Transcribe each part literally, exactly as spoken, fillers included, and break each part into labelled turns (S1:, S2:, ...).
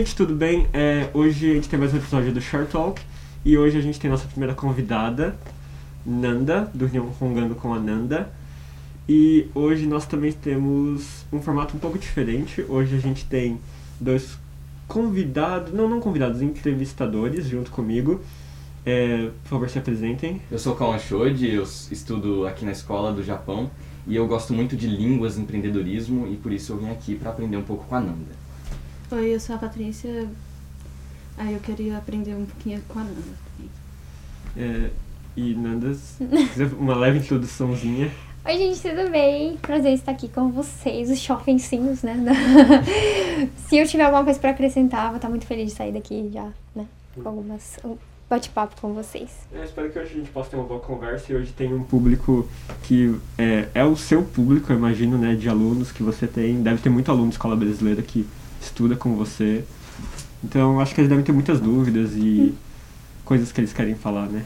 S1: gente, tudo bem? É, hoje a gente tem mais um episódio do Short Talk e hoje a gente tem nossa primeira convidada, Nanda, do Nihonrongando com a Nanda. E hoje nós também temos um formato um pouco diferente. Hoje a gente tem dois convidados, não, não convidados, entrevistadores junto comigo. É, por favor, se apresentem.
S2: Eu sou Kawan Shoji, eu estudo aqui na escola do Japão e eu gosto muito de línguas, empreendedorismo e por isso eu vim aqui para aprender um pouco com a Nanda.
S3: Oi, eu sou a Patrícia. Aí eu queria aprender um pouquinho com a Nanda também.
S1: É, e Nanda, uma leve introduçãozinha.
S4: Oi, gente, tudo bem? Prazer estar aqui com vocês, os shoppingzinhos, né? Se eu tiver alguma coisa pra acrescentar, vou estar muito feliz de sair daqui já, né? Com algumas... Um bate-papo com vocês.
S1: Eu espero que hoje a gente possa ter uma boa conversa e hoje tem um público que é, é o seu público, eu imagino, né? De alunos que você tem. Deve ter muito aluno de escola brasileira que estuda com você. Então, acho que eles devem ter muitas dúvidas e hum. coisas que eles querem falar, né?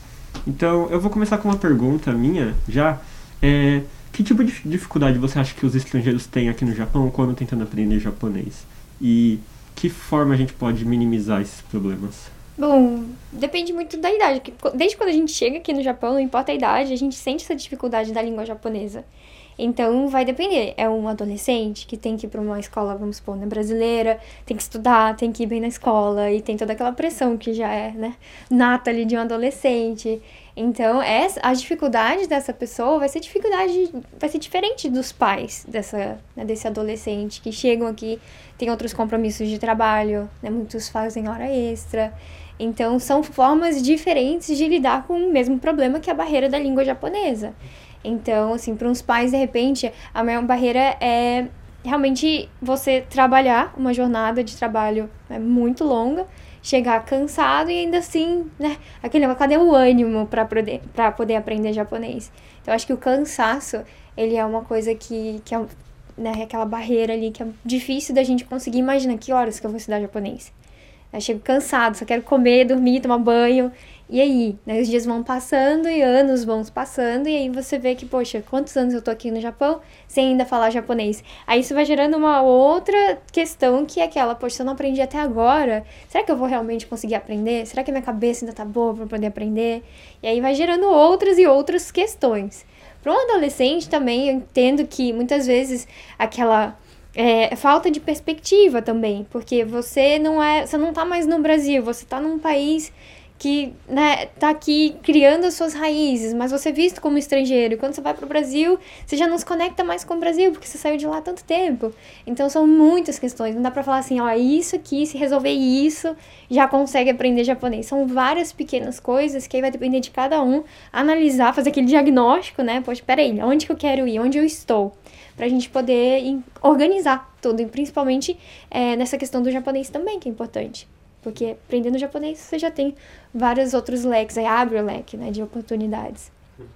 S1: Então, eu vou começar com uma pergunta minha, já. É, que tipo de dificuldade você acha que os estrangeiros têm aqui no Japão quando tentando aprender japonês? E que forma a gente pode minimizar esses problemas?
S4: Bom, depende muito da idade. Desde quando a gente chega aqui no Japão, não importa a idade, a gente sente essa dificuldade da língua japonesa. Então, vai depender. É um adolescente que tem que ir para uma escola, vamos supor, né, brasileira, tem que estudar, tem que ir bem na escola, e tem toda aquela pressão que já é, né, nata ali de um adolescente. Então, essa, a dificuldade dessa pessoa vai ser dificuldade, vai ser diferente dos pais dessa, né, desse adolescente que chegam aqui, tem outros compromissos de trabalho, né, muitos fazem hora extra. Então, são formas diferentes de lidar com o mesmo problema que a barreira da língua japonesa. Então, assim, para uns pais, de repente, a maior barreira é realmente você trabalhar uma jornada de trabalho, né, muito longa, chegar cansado e ainda assim, né, aquele, cadê o ânimo para poder, para poder aprender japonês? Então, eu acho que o cansaço, ele é uma coisa que, que é, né, aquela barreira ali que é difícil da gente conseguir imaginar que horas que eu vou estudar japonês. Eu chego cansado, só quero comer, dormir, tomar banho. E aí, né, os dias vão passando e anos vão passando, e aí você vê que, poxa, quantos anos eu tô aqui no Japão sem ainda falar japonês? Aí isso vai gerando uma outra questão que é aquela, poxa, se eu não aprendi até agora, será que eu vou realmente conseguir aprender? Será que a minha cabeça ainda tá boa pra poder aprender? E aí vai gerando outras e outras questões. Para um adolescente também, eu entendo que muitas vezes aquela... É, falta de perspectiva também, porque você não é, você não tá mais no Brasil, você tá num país que, né, tá aqui criando as suas raízes, mas você é visto como estrangeiro, e quando você vai pro Brasil, você já não se conecta mais com o Brasil, porque você saiu de lá há tanto tempo. Então são muitas questões, não dá pra falar assim, ó, isso aqui, se resolver isso, já consegue aprender japonês. São várias pequenas coisas que aí vai depender de cada um analisar, fazer aquele diagnóstico, né, poxa, peraí, onde que eu quero ir, onde eu estou? Pra gente poder organizar tudo, e principalmente é, nessa questão do japonês também, que é importante. Porque aprendendo japonês, você já tem vários outros leques, aí abre o leque, né, de oportunidades.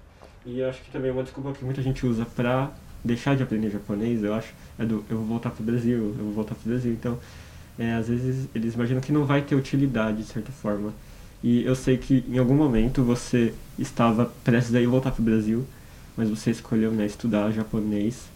S1: E eu acho que também uma desculpa que muita gente usa pra deixar de aprender japonês, eu acho, é do eu vou voltar pro Brasil, eu vou voltar pro Brasil. Então, é, às vezes eles imaginam que não vai ter utilidade, de certa forma. E eu sei que em algum momento você estava prestes a ir voltar pro Brasil, mas você escolheu, né, estudar japonês.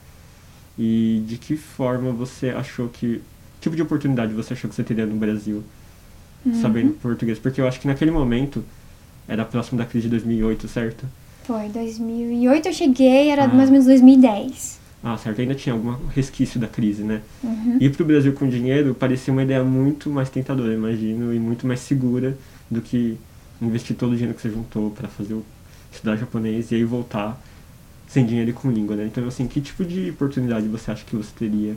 S1: E de que forma você achou que... Que tipo de oportunidade você achou que você teria no Brasil, uhum. sabendo português? Porque eu acho que naquele momento era próximo da crise de dois mil e oito, certo?
S4: Foi, dois mil e oito eu cheguei, era
S1: ah.
S4: mais ou menos dois mil e dez.
S1: Ah, certo. Ainda tinha algum resquício da crise, né?
S4: Uhum.
S1: Ir pro Brasil com dinheiro parecia uma ideia muito mais tentadora, imagino, e muito mais segura do que investir todo o dinheiro que você juntou para fazer o, estudar japonês e aí voltar sem dinheiro e com língua, né? Então, assim, que tipo de oportunidade você acha que você teria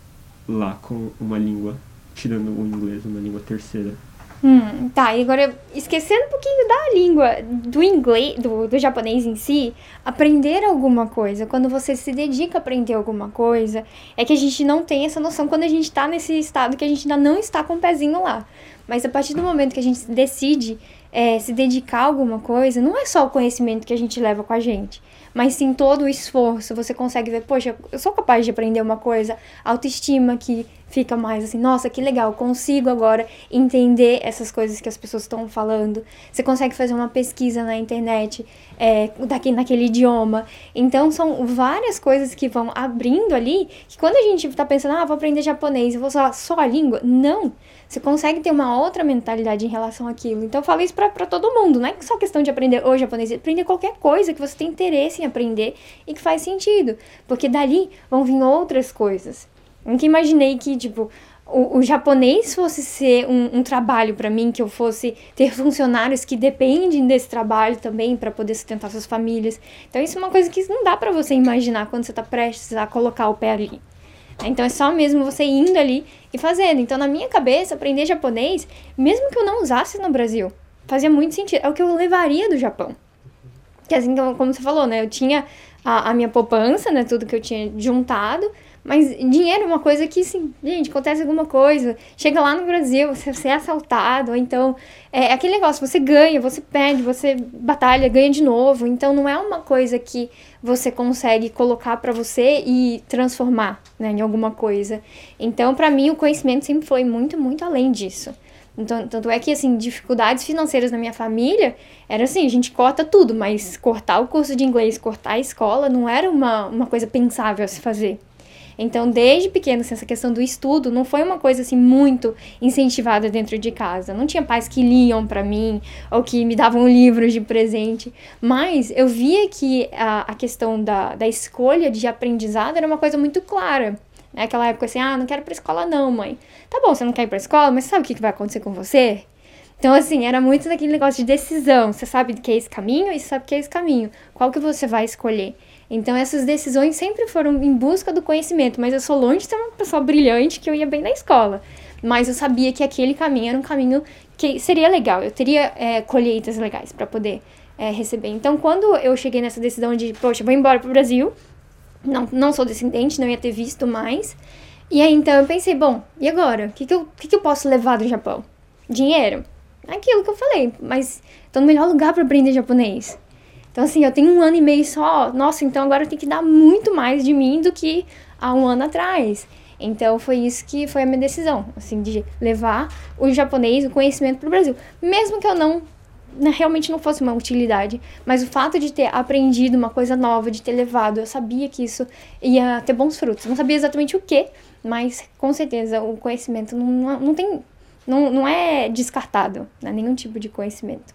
S1: lá com uma língua, tirando o inglês, uma língua terceira?
S4: Hum, tá, e agora, esquecendo um pouquinho da língua, do inglês, do, do japonês em si, aprender alguma coisa, quando você se dedica a aprender alguma coisa, é que a gente não tem essa noção quando a gente tá nesse estado que a gente ainda não está com o pezinho lá. Mas a partir do momento que a gente decide é, se dedicar a alguma coisa, não é só o conhecimento que a gente leva com a gente, mas sim todo o esforço. Você consegue ver, poxa, eu sou capaz de aprender uma coisa, autoestima que fica mais assim, nossa, que legal, consigo agora entender essas coisas que as pessoas estão falando. Você consegue fazer uma pesquisa na internet é, daqui, naquele idioma. Então, são várias coisas que vão abrindo ali, que quando a gente tá pensando, ah, vou aprender japonês, eu vou usar só a língua. Não! Você consegue ter uma outra mentalidade em relação àquilo. Então, eu falo isso pra, pra todo mundo. Não é só questão de aprender o japonês, é aprender qualquer coisa que você tem interesse em aprender e que faz sentido. Porque dali vão vir outras coisas. Nunca imaginei que, tipo, o, o japonês fosse ser um, um trabalho pra mim, que eu fosse ter funcionários que dependem desse trabalho também pra poder sustentar suas famílias. Então, isso é uma coisa que não dá pra você imaginar quando você tá prestes a colocar o pé ali. Então, é só mesmo você indo ali e fazendo. Então, na minha cabeça, aprender japonês, mesmo que eu não usasse no Brasil, fazia muito sentido. É o que eu levaria do Japão. Que assim, como você falou, né? Eu tinha a, a minha poupança, né? Tudo que eu tinha juntado. Mas dinheiro é uma coisa que, assim, gente, acontece alguma coisa, chega lá no Brasil, você, você é assaltado, ou então, é aquele negócio, você ganha, você perde, você batalha, ganha de novo, então não é uma coisa que você consegue colocar pra você e transformar, né, em alguma coisa. Então, pra mim, o conhecimento sempre foi muito, muito além disso. Então, tanto é que, assim, dificuldades financeiras na minha família, era assim, a gente corta tudo, mas cortar o curso de inglês, cortar a escola, não era uma, uma coisa pensável a se fazer. Então, desde pequeno, assim, essa questão do estudo não foi uma coisa, assim, muito incentivada dentro de casa. Não tinha pais que liam pra mim ou que me davam livros de presente. Mas eu via que a, a questão da, da escolha de aprendizado era uma coisa muito clara. Naquela época, assim, ah, não quero ir pra escola não, mãe. Tá bom, você não quer ir pra escola, mas sabe o que vai acontecer com você? Então, assim, era muito daquele negócio de decisão. Você sabe que é esse caminho e você sabe que é esse caminho. Qual que você vai escolher? Então, essas decisões sempre foram em busca do conhecimento, mas eu sou longe de ser uma pessoa brilhante que eu ia bem na escola. Mas eu sabia que aquele caminho era um caminho que seria legal, eu teria é, colheitas legais para poder é, receber. Então, quando eu cheguei nessa decisão de, poxa, vou embora pro Brasil, não, não sou descendente, não ia ter visto mais, e aí então eu pensei, bom, e agora? O que, que, eu, que, que eu posso levar do Japão? Dinheiro? Aquilo que eu falei, mas tô no melhor lugar para aprender japonês. Então, assim, eu tenho um ano e meio só. Nossa, então agora eu tenho que dar muito mais de mim do que há um ano atrás. Então, foi isso que foi a minha decisão, assim, de levar o japonês, o conhecimento pro Brasil. Mesmo que eu não, realmente não fosse uma utilidade, mas o fato de ter aprendido uma coisa nova, de ter levado, eu sabia que isso ia ter bons frutos. Não sabia exatamente o quê, mas com certeza o conhecimento não, não tem, não, não é descartado, né? Nenhum tipo de conhecimento.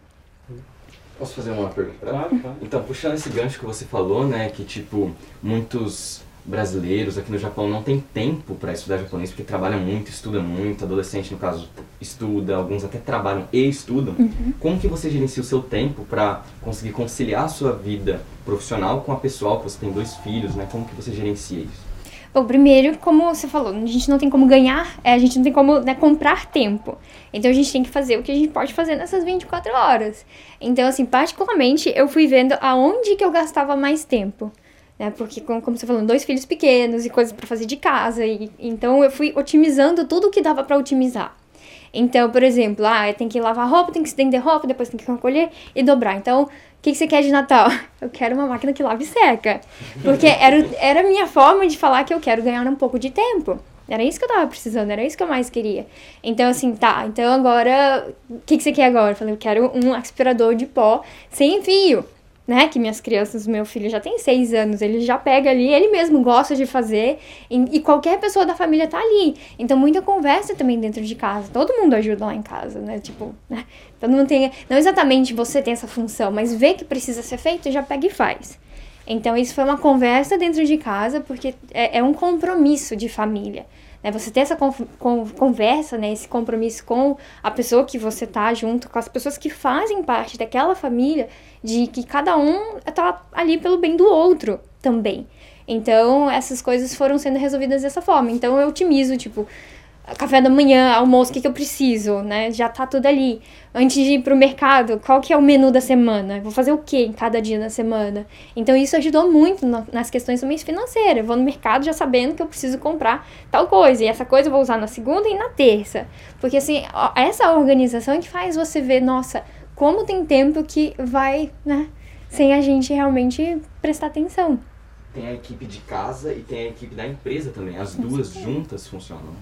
S2: Posso fazer uma pergunta?
S1: Claro, claro.
S2: Então, puxando esse gancho que você falou, né, que tipo, muitos brasileiros aqui no Japão não tem tempo para estudar japonês porque trabalham muito, estudam muito, adolescente no caso estuda, alguns até trabalham e estudam.
S4: Uhum.
S2: Como que você gerencia o seu tempo para conseguir conciliar a sua vida profissional com a pessoal, que você tem dois filhos, né? Como que você gerencia isso?
S4: Bom, primeiro, como você falou, a gente não tem como ganhar, a gente não tem como, né, comprar tempo. Então, a gente tem que fazer o que a gente pode fazer nessas vinte e quatro horas. Então, assim, particularmente, eu fui vendo aonde que eu gastava mais tempo. Né? Porque, como, como você falou, dois filhos pequenos e coisas para fazer de casa. E, então, eu fui otimizando tudo o que dava para otimizar. Então, por exemplo, ah, tem que lavar roupa, tem que estender roupa, depois tem que recolher e dobrar. Então, o que, que você quer de Natal? Eu quero uma máquina que lave e seca. Porque era, era a minha forma de falar que eu quero ganhar um pouco de tempo. Era isso que eu tava precisando, era isso que eu mais queria. Então, assim, tá, então agora, o que, que você quer agora? Eu falei, eu quero um aspirador de pó sem fio. Né, que minhas crianças, meu filho já tem seis anos, ele já pega ali, ele mesmo gosta de fazer, e, e qualquer pessoa da família tá ali. Então, muita conversa também dentro de casa, todo mundo ajuda lá em casa, né, tipo, né, todo mundo tem, não exatamente você tem essa função, mas vê que precisa ser feito, já pega e faz. Então, isso foi uma conversa dentro de casa, porque é, é um compromisso de família. Né? Você ter essa con- con- conversa, né? Esse compromisso com a pessoa que você tá junto, com as pessoas que fazem parte daquela família, de que cada um tá ali pelo bem do outro também. Então, essas coisas foram sendo resolvidas dessa forma. Então, eu otimizo, tipo, café da manhã, almoço, o que, que eu preciso, né? Já tá tudo ali. Antes de ir pro mercado, qual que é o menu da semana? Vou fazer o que em cada dia da semana? Então, isso ajudou muito no, nas questões também financeiras. Eu vou no mercado já sabendo que eu preciso comprar tal coisa. E essa coisa eu vou usar na segunda e na terça. Porque, assim, essa organização é que faz você ver, nossa, como tem tempo que vai, né? Sem a gente realmente prestar atenção.
S2: Tem a equipe de casa e tem a equipe da empresa também. As duas juntas funcionam.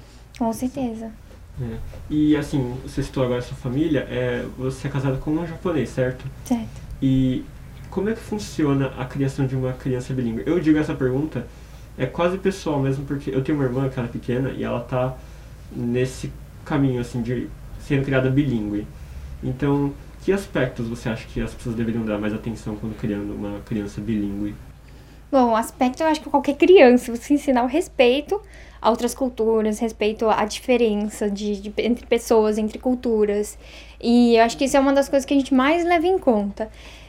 S4: Com certeza.
S1: É. E assim, você citou agora a sua família, é, você é casado com um japonês, certo?
S4: Certo.
S1: E como é que funciona a criação de uma criança bilíngue? Eu digo essa pergunta, é quase pessoal mesmo, porque eu tenho uma irmã que ela é pequena e ela tá nesse caminho assim de sendo criada bilíngue. Então, que aspectos você acha que as pessoas deveriam dar mais atenção quando criando uma criança bilíngue?
S4: Bom, o aspecto eu acho que qualquer criança, você ensinar o respeito a outras culturas, respeito à diferença de, de, entre pessoas, entre culturas. E eu acho que isso é uma das coisas que a gente mais leva em conta.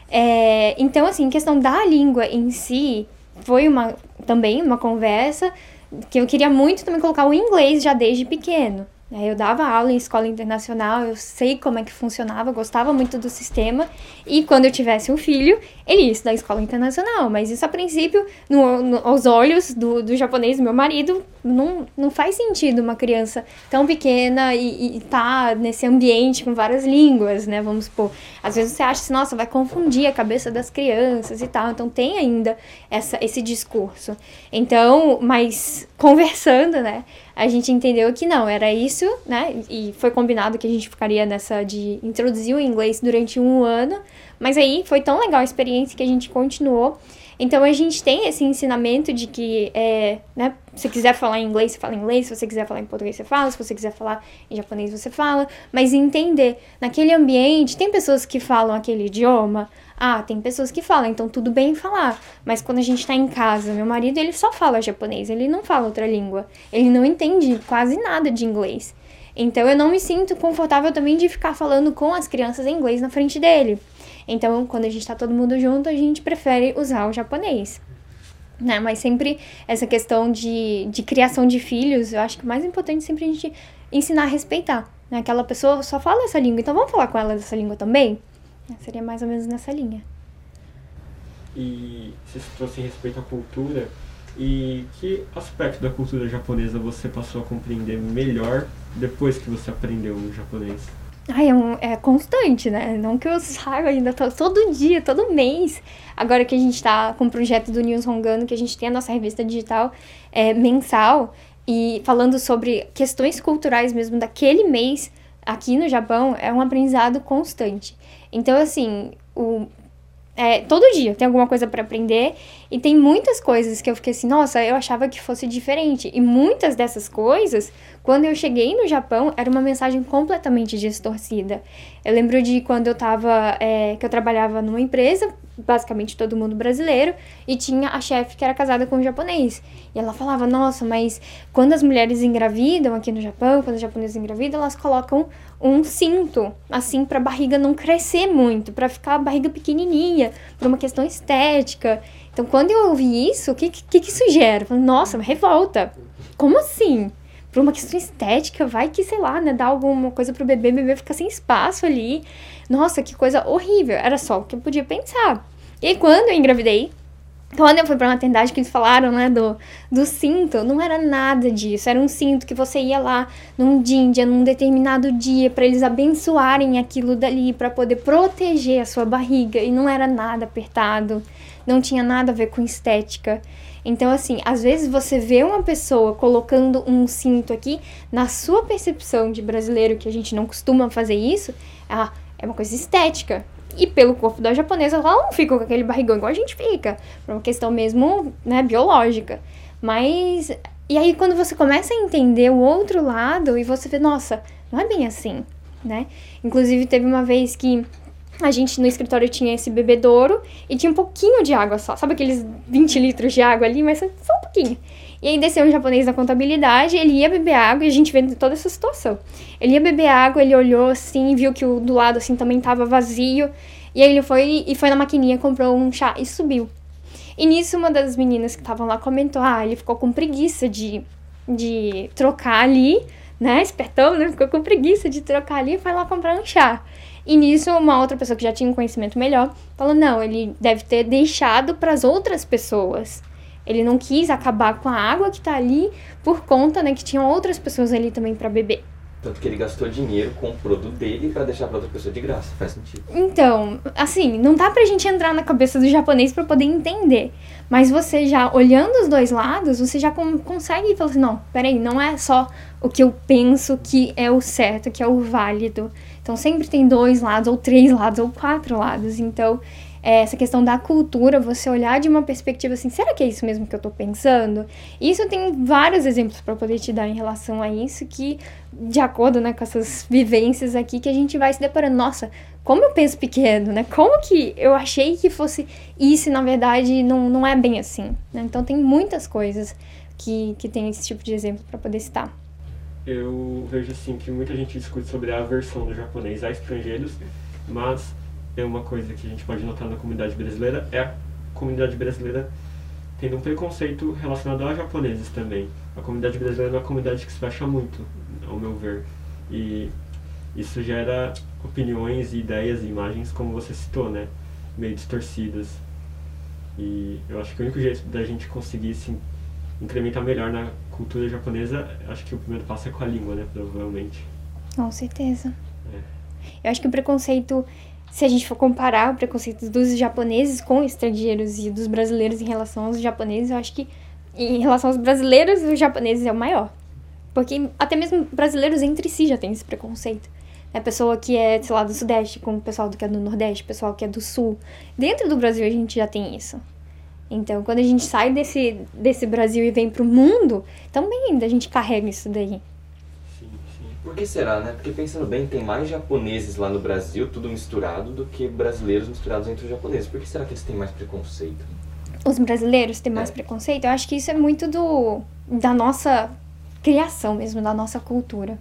S4: É, então, assim, em questão da língua em si, foi uma, também uma conversa que eu queria muito também colocar o inglês já desde pequeno. Eu dava aula em escola internacional, eu sei como é que funcionava, eu gostava muito do sistema. E quando eu tivesse um filho, ele ia estudar escola internacional. Mas isso, a princípio, no, no, aos olhos do, do japonês, do meu marido, não, não faz sentido uma criança tão pequena e estar tá nesse ambiente com várias línguas, né? Vamos supor. Às vezes você acha assim, nossa, vai confundir a cabeça das crianças e tal. Então tem ainda essa, esse discurso. Então, mas conversando, né? A gente entendeu que não, era isso, né? E foi combinado que a gente ficaria nessa de introduzir o inglês durante um ano. Mas aí foi tão legal a experiência que a gente continuou. Então a gente tem esse ensinamento de que, é, né? Se você quiser falar em inglês, você fala em inglês. Se você quiser falar em português, você fala. Se você quiser falar em japonês, você fala. Mas entender, naquele ambiente, tem pessoas que falam aquele idioma. Ah, tem pessoas que falam, então tudo bem falar. Mas quando a gente tá em casa, meu marido, ele só fala japonês, ele não fala outra língua. Ele não entende quase nada de inglês. Então eu não me sinto confortável também de ficar falando com as crianças em inglês na frente dele. Então, quando a gente tá todo mundo junto, a gente prefere usar o japonês. Né? Mas sempre essa questão de, de criação de filhos, eu acho que o mais importante é sempre a gente ensinar a respeitar. Né? Aquela pessoa só fala essa língua, então vamos falar com ela dessa língua também? Seria mais ou menos nessa linha.
S1: E você trouxe respeito à cultura, e que aspecto da cultura japonesa você passou a compreender melhor depois que você aprendeu o japonês?
S4: Ai, é, um, é constante, né? Não que eu saiba ainda, tô, todo dia, todo mês. Agora que a gente tá com o projeto do News Hongano, que a gente tem a nossa revista digital é, mensal, e falando sobre questões culturais mesmo daquele mês aqui no Japão, é um aprendizado constante. Então, assim, o, é, todo dia tem alguma coisa para aprender, e tem muitas coisas que eu fiquei assim, nossa, eu achava que fosse diferente. E muitas dessas coisas, quando eu cheguei no Japão, era uma mensagem completamente distorcida. Eu lembro de quando eu tava, é, que eu trabalhava numa empresa, basicamente todo mundo brasileiro, e tinha a chefe que era casada com um japonês. E ela falava, nossa, mas quando as mulheres engravidam aqui no Japão, quando as japonesas engravidam, elas colocam um cinto, assim, pra barriga não crescer muito, pra ficar a barriga pequenininha, por uma questão estética. Então, quando eu ouvi isso, o que, que, que isso gera? Eu falei, nossa, revolta. Como assim? Por uma questão estética, vai que, sei lá, né, dá alguma coisa pro bebê, o bebê fica sem espaço ali. Nossa, que coisa horrível. Era só o que eu podia pensar. E aí, quando eu engravidei, quando eu fui pra maternidade, que eles falaram, né, do, do cinto, não era nada disso. Era um cinto que você ia lá num dia, num determinado dia, pra eles abençoarem aquilo dali, pra poder proteger a sua barriga. E não era nada apertado, não tinha nada a ver com estética. Então, assim, às vezes você vê uma pessoa colocando um cinto aqui, na sua percepção de brasileiro, que a gente não costuma fazer isso, ah, é uma coisa estética. E pelo corpo da japonesa, ela não fica com aquele barrigão igual a gente fica. Por uma questão mesmo, né, biológica. Mas, e aí quando você começa a entender o outro lado, e você vê, nossa, não é bem assim, né? Inclusive, teve uma vez que a gente no escritório tinha esse bebedouro e tinha um pouquinho de água só. Sabe aqueles vinte litros de água ali? Mas só um pouquinho. E aí desceu um japonês da contabilidade, ele ia beber água e a gente vê toda essa situação. Ele ia beber água, ele olhou assim, viu que o do lado assim também tava vazio. E aí ele foi e foi na maquininha, comprou um chá e subiu. E nisso uma das meninas que estavam lá comentou, ah, ele ficou com preguiça de, de trocar ali, né? Espertão, né? Ficou com preguiça de trocar ali e foi lá comprar um chá. E nisso, uma outra pessoa que já tinha um conhecimento melhor falou, não, ele deve ter deixado para as outras pessoas. Ele não quis acabar com a água que tá ali por conta, né, que tinham outras pessoas ali também para beber.
S2: Tanto que ele gastou dinheiro, comprou do dele pra deixar pra outra pessoa de graça. Faz sentido.
S4: Então, assim, não dá pra gente entrar na cabeça do japonês pra poder entender. Mas você já, olhando os dois lados, você já com, consegue falar assim, não, peraí, não é só o que eu penso que é o certo, que é o válido. Então, sempre tem dois lados, ou três lados, ou quatro lados. Então, é, essa questão da cultura, você olhar de uma perspectiva assim, será que é isso mesmo que eu tô pensando? Isso tem vários exemplos pra poder te dar em relação a isso, que, de acordo, né, com essas vivências aqui, que a gente vai se deparando, nossa, como eu penso pequeno, né? Como que eu achei que fosse isso e, na verdade, não, não é bem assim, né? Então, tem muitas coisas que, que tem esse tipo de exemplo pra poder citar.
S1: Eu vejo assim que muita gente discute sobre a aversão do japonês a estrangeiros, mas é uma coisa que a gente pode notar na comunidade brasileira, é a comunidade brasileira tendo um preconceito relacionado a japoneses também. A comunidade brasileira é uma comunidade que se fecha muito, ao meu ver, e isso gera opiniões, ideias e imagens, como você citou, né, meio distorcidas. E eu acho que o único jeito da gente conseguir se incrementar melhor na cultura japonesa, acho que o primeiro passo é com a língua, né, provavelmente.
S4: Com certeza.
S1: É.
S4: Eu acho que o preconceito, se a gente for comparar o preconceito dos japoneses com estrangeiros e dos brasileiros em relação aos japoneses, eu acho que em relação aos brasileiros, os japoneses é o maior. Porque até mesmo brasileiros entre si já tem esse preconceito. A pessoa que é, sei lá, do Sudeste com o pessoal que é do Nordeste, o pessoal que é do Sul. Dentro do Brasil a gente já tem isso. Então, quando a gente sai desse, desse Brasil e vem pro mundo, também a gente carrega isso daí.
S1: Sim, sim.
S2: Por que será, né? Porque pensando bem, tem mais japoneses lá no Brasil, tudo misturado, do que brasileiros misturados entre os japoneses. Por que será que eles têm mais preconceito?
S4: Os brasileiros têm mais
S2: É.
S4: preconceito? Eu acho que isso é muito do, da nossa criação mesmo, da nossa cultura.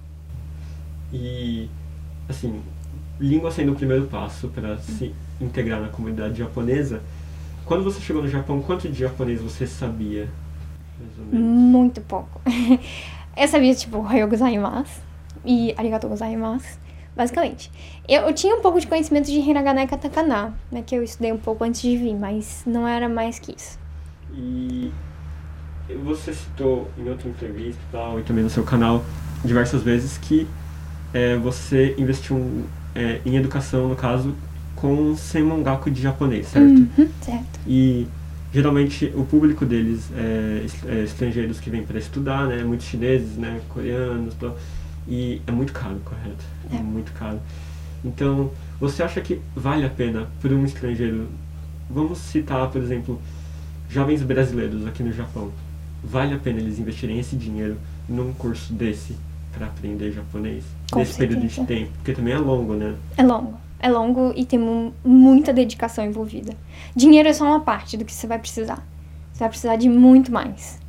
S1: E, assim, língua sendo o primeiro passo para se integrar na comunidade japonesa, quando você chegou no Japão, quanto de japonês você sabia? Mais ou menos.
S4: Muito pouco. Eu sabia, tipo, Ohayou gozaimasu e Arigatou gozaimasu, basicamente. Eu, eu tinha um pouco de conhecimento de hiragana e katakana, né, que eu estudei um pouco antes de vir, mas não era mais que isso.
S1: E você citou em outra entrevista e tal, e também no seu canal, diversas vezes, que é, você investiu é, em educação, no caso, com Senmongaku de japonês, certo?
S4: Uhum, certo.
S1: E geralmente o público deles é, est- é estrangeiros que vêm para estudar, né? Muitos chineses, né? Coreanos, tal, e é muito caro, correto? É
S4: É.
S1: muito caro. Então, você acha que vale a pena para um estrangeiro, vamos citar, por exemplo, jovens brasileiros aqui no Japão, vale a pena eles investirem esse dinheiro num curso desse para aprender japonês?
S4: Com
S1: Nesse período de
S4: certeza.
S1: tempo? Porque também é longo, né?
S4: É longo. É longo e tem mu- muita dedicação envolvida. Dinheiro é só uma parte do que você vai precisar. Você vai precisar de muito mais.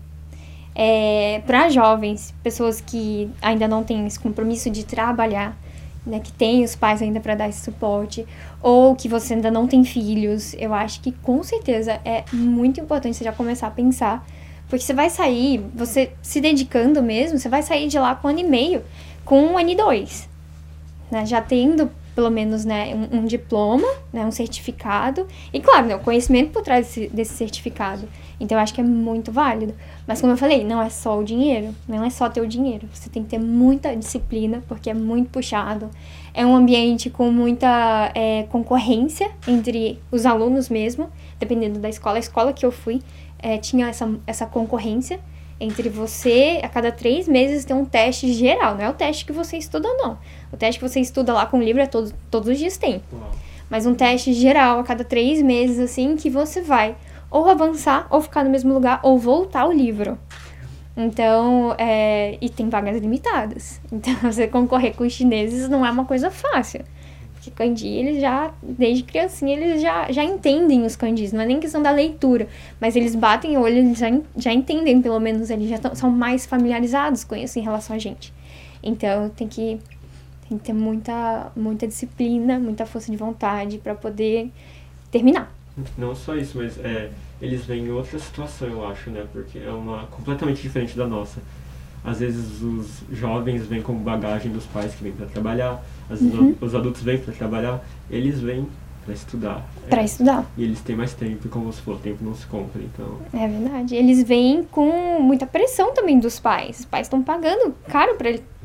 S4: É, para jovens, pessoas que ainda não têm esse compromisso de trabalhar, né, que tem os pais ainda para dar esse suporte, ou que você ainda não tem filhos, eu acho que com certeza é muito importante você já começar a pensar, porque você vai sair, você se dedicando mesmo, você vai sair de lá com um ano e meio, com um N dois, né, já tendo pelo menos, né, um, um diploma, né, um certificado, e claro, né, o conhecimento por trás desse, desse certificado. Então eu acho que é muito válido. Mas como eu falei, não é só o dinheiro, não é só ter o dinheiro. Você tem que ter muita disciplina, porque é muito puxado. É um ambiente com muita é, concorrência entre os alunos mesmo, dependendo da escola. A escola que eu fui é, tinha essa, essa concorrência entre você, a cada três meses, tem um teste geral. Não é o teste que você estuda, não. O teste que você estuda lá com o livro é todo, todos os dias tem.
S1: Uau.
S4: Mas um teste geral, a cada três meses, assim, que você vai ou avançar, ou ficar no mesmo lugar, ou voltar ao livro. Então, é... e tem vagas limitadas. Então, você concorrer com os chineses não é uma coisa fácil. Porque kanji, eles já, desde criancinha, eles já, já entendem os kanjis. Não é nem questão da leitura, mas eles batem o olho, eles já, já entendem, pelo menos, eles já tão, são mais familiarizados com isso em relação a gente. Então, tem que, tem que ter muita, muita disciplina, muita força de vontade para poder terminar.
S1: Não só isso, mas é, eles vêm em outra situação, eu acho, né? Porque é uma completamente diferente da nossa. Às vezes os jovens vêm como bagagem dos pais que vêm para trabalhar, às vezes
S4: Uhum.
S1: os adultos vêm para trabalhar, eles vêm para estudar.
S4: Para
S1: É,
S4: estudar.
S1: e eles têm mais tempo, e como você falou, tempo não se compra, então...
S4: É verdade. Eles vêm com muita pressão também dos pais. Os pais estão pagando caro para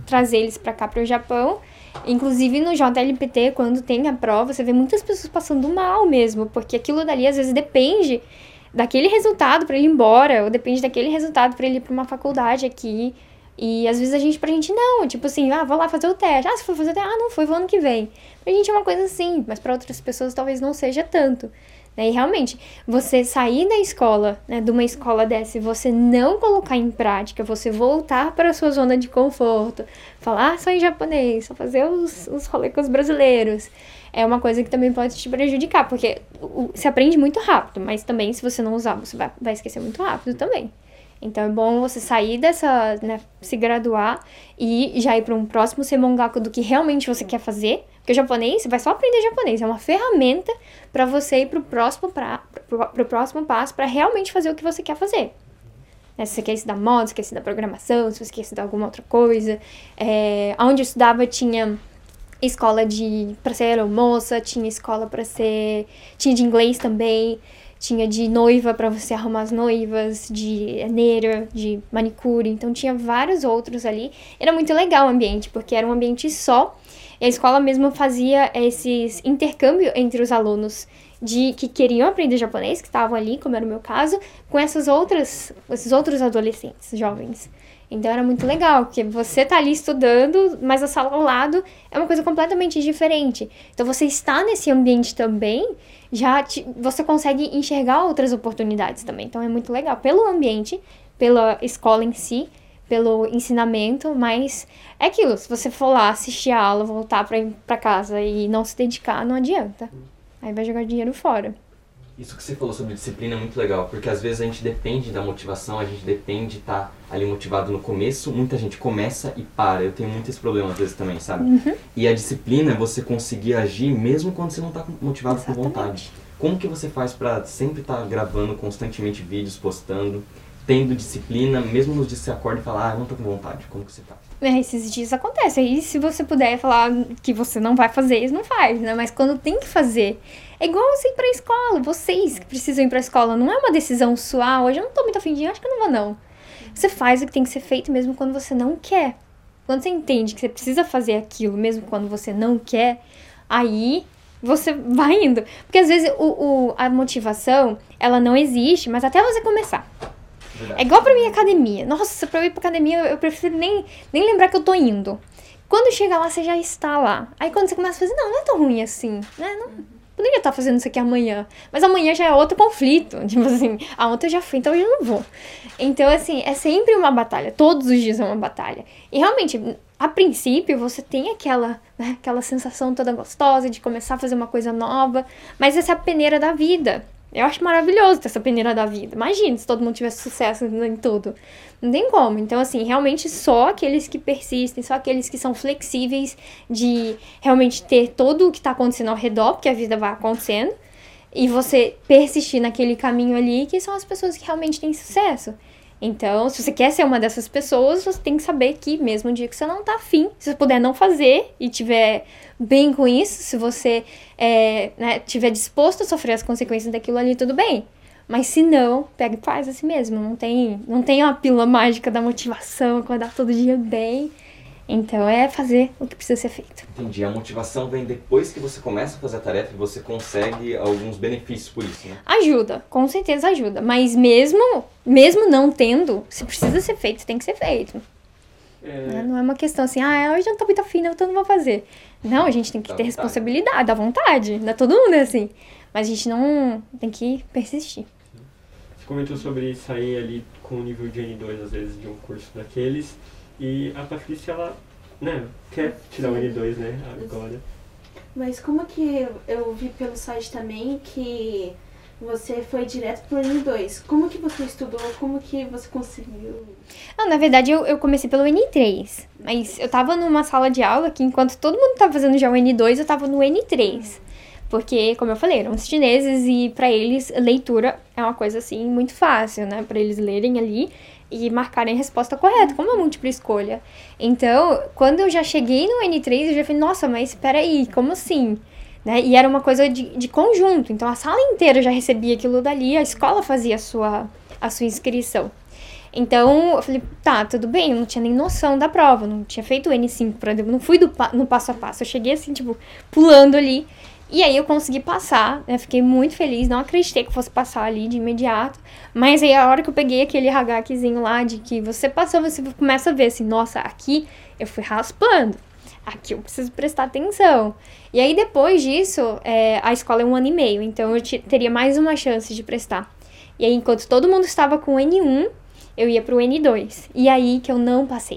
S4: trazer eles para cá, para o Japão. Inclusive no J L P T, quando tem a prova, você vê muitas pessoas passando mal mesmo, porque aquilo dali às vezes depende daquele resultado para ele ir embora, ou depende daquele resultado para ele ir para uma faculdade aqui. E às vezes a gente, pra gente não, tipo assim, ah, vou lá fazer o teste. Ah, se for fazer o teste, ah, não foi, vou ano que vem. Pra gente é uma coisa assim, mas pra outras pessoas talvez não seja tanto. Né? E realmente, você sair da escola, né, de uma escola dessa, e você não colocar em prática, você voltar para a sua zona de conforto, falar só em japonês, só fazer os, os rolê com os brasileiros, é uma coisa que também pode te prejudicar, porque você aprende muito rápido, mas também se você não usar, você vai, vai esquecer muito rápido também. Então é bom você sair dessa, né, se graduar e já ir para um próximo semongaku do que realmente você quer fazer. Porque o japonês, você vai só aprender japonês, é uma ferramenta para você ir para o próximo, pra, pro, pro próximo passo para realmente fazer o que você quer fazer. Né, se você quer estudar moda, se você quer estudar programação, se você quer estudar alguma outra coisa. É, onde eu estudava tinha escola de para ser aeromoça, tinha escola para ser... tinha de inglês também. Tinha de noiva para você arrumar as noivas, de neira, de manicure. Então tinha vários outros ali. Era muito legal o ambiente, porque era um ambiente só. E a escola mesmo fazia esses intercâmbio entre os alunos de que queriam aprender japonês, que estavam ali, como era o meu caso, com essas outras, esses outros adolescentes, jovens. Então era muito legal, porque você tá ali estudando, mas a sala ao lado é uma coisa completamente diferente. Então você está nesse ambiente também, já te, você consegue enxergar outras oportunidades também. Então é muito legal, pelo ambiente, pela escola em si, pelo ensinamento, mas é aquilo, se você for lá assistir a aula, voltar pra, pra casa e não se dedicar, não adianta. Aí vai jogar dinheiro fora.
S2: Isso que você falou sobre disciplina é muito legal, porque às vezes a gente depende da motivação, a gente depende de estar ali motivado no começo, muita gente começa e para, eu tenho muito esse problema às vezes também, sabe?
S4: Uhum.
S2: E a disciplina é você conseguir agir mesmo quando você não está motivado
S4: Exatamente.
S2: com vontade. Como que você faz para sempre estar gravando constantemente vídeos, postando, tendo disciplina, mesmo nos dias que você acorda e fala, ah, eu não tô com vontade, como que você tá?
S4: É, esses dias acontece. E se você puder falar que você não vai fazer isso, não faz, né? Mas quando tem que fazer, é igual você ir pra escola. Vocês que precisam ir pra escola, não é uma decisão sua. Ah, hoje eu não tô muito afim de ir, acho que eu não vou, não. Você faz o que tem que ser feito mesmo quando você não quer. Quando você entende que você precisa fazer aquilo mesmo quando você não quer, aí você vai indo. Porque às vezes o, o, a motivação, ela não existe, mas até você começar.
S2: Verdade.
S4: É igual pra minha academia. Nossa, pra eu ir pra academia, eu prefiro nem, nem lembrar que eu tô indo. Quando chega lá, você já está lá. Aí quando você começa a fazer, não, não é tão ruim assim, né? Não, poderia estar fazendo isso aqui amanhã. Mas amanhã já é outro conflito. Tipo assim, a ontem eu já fui, então hoje eu não vou. Então, assim, é sempre uma batalha. Todos os dias é uma batalha. E realmente, a princípio, você tem aquela, né, aquela sensação toda gostosa de começar a fazer uma coisa nova. Mas essa é a peneira da vida. Eu acho maravilhoso ter essa peneira da vida. Imagina se todo mundo tivesse sucesso em tudo. Não tem como. Então, assim, realmente só aqueles que persistem, só aqueles que são flexíveis de realmente ter todo o que tá acontecendo ao redor, porque a vida vai acontecendo, e você persistir naquele caminho ali, que são as pessoas que realmente têm sucesso. Então, se você quer ser uma dessas pessoas, você tem que saber que mesmo no dia que você não tá afim, se você puder não fazer e tiver bem com isso, se você é, né, tiver disposto a sofrer as consequências daquilo ali, tudo bem. Mas se não, pega e faz assim mesmo. Não tem, não tem uma pílula mágica da motivação, acordar todo dia bem. Então é fazer o que precisa ser feito.
S2: Entendi. A motivação vem depois que você começa a fazer a tarefa e você consegue alguns benefícios por isso, né?
S4: Ajuda, com certeza ajuda. Mas mesmo, mesmo não tendo, se precisa ser feito, tem que ser feito.
S1: É,
S4: Não é uma questão assim, ah, hoje eu não tô muito afim, então não vou fazer. Não, a gente tem que
S2: Dá
S4: ter
S2: vontade.
S4: responsabilidade, dá vontade. Não é todo mundo assim. Mas a gente não tem que persistir.
S1: você comentou sobre sair ali com o nível de N dois, às vezes, de um curso daqueles. E a Patrícia, ela, né, quer tirar o N dois, né, agora.
S3: Mas como que eu vi pelo site também que você foi direto pro N dois? Como que você estudou? Como que você conseguiu?
S4: Não, na verdade, eu, eu comecei pelo N três. Mas eu tava numa sala de aula que, enquanto todo mundo tava fazendo já o N dois, eu tava no N três. Porque, como eu falei, eram os chineses e pra eles leitura é uma coisa, assim, muito fácil, né? Pra eles lerem ali e marcarem a resposta correta, como é múltipla escolha. Então, quando eu já cheguei no N três, eu já falei, nossa, mas peraí, como assim? Né? E era uma coisa de, de conjunto, então a sala inteira já recebia aquilo dali, a escola fazia a sua, a sua inscrição. Então, eu falei, tá, tudo bem, eu não tinha nem noção da prova, não tinha feito o N cinco, por exemplo, não fui do, no passo a passo, eu cheguei assim, tipo, pulando ali, e aí eu consegui passar, né, fiquei muito feliz, não acreditei que fosse passar ali de imediato, mas aí a hora que eu peguei aquele hagakizinho lá, de que você passou, você começa a ver assim, nossa, aqui eu fui raspando, aqui eu preciso prestar atenção. E aí depois disso, é, a escola é um ano e meio, então eu te, teria mais uma chance de prestar. E aí enquanto todo mundo estava com o N um, eu ia pro N dois. E aí que eu não passei.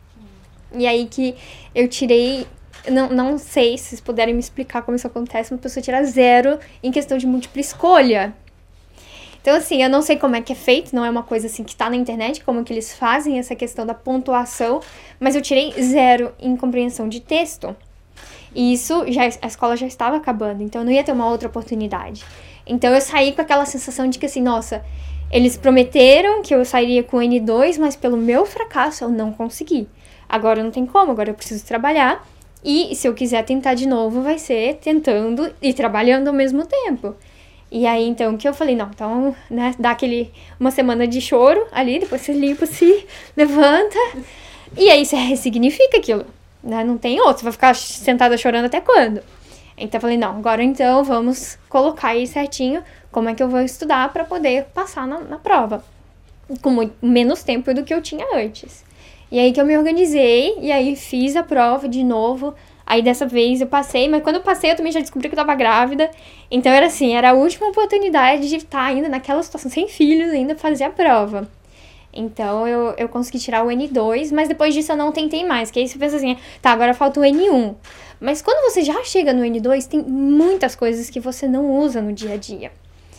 S4: E aí que eu tirei... Não, não sei se vocês puderem me explicar como isso acontece. Uma pessoa tira zero em questão de múltipla escolha. Então, assim, eu não sei como é que é feito. Não é uma coisa, assim, que tá na internet. Como que eles fazem essa questão da pontuação. Mas eu tirei zero em compreensão de texto. E isso, já, a escola já estava acabando. Então, eu não ia ter uma outra oportunidade. Então, eu saí com aquela sensação de que, assim, nossa... Eles prometeram que eu sairia com o N dois, mas pelo meu fracasso eu não consegui. Agora não tem como, agora eu preciso trabalhar. E se eu quiser tentar de novo, vai ser tentando e trabalhando ao mesmo tempo. E aí, então, que eu falei, não, então, né, dá aquele, uma semana de choro ali, depois você limpa, se levanta. E aí você ressignifica aquilo, né, não tem outro, você vai ficar sentada chorando até quando? Então eu falei, não, agora então vamos colocar aí certinho como é que eu vou estudar para poder passar na, na prova. Com muito menos tempo do que eu tinha antes. E aí que eu me organizei, e aí fiz a prova de novo. Aí dessa vez eu passei, mas quando eu passei eu também já descobri que eu tava grávida. Então era assim, era a última oportunidade de estar ainda naquela situação, sem filhos, ainda fazer a prova. Então eu, eu consegui tirar o N dois, mas depois disso eu não tentei mais. Que aí você pensa assim, tá, agora falta o N um. Mas quando você já chega no N dois, tem muitas coisas que você não usa no dia a dia.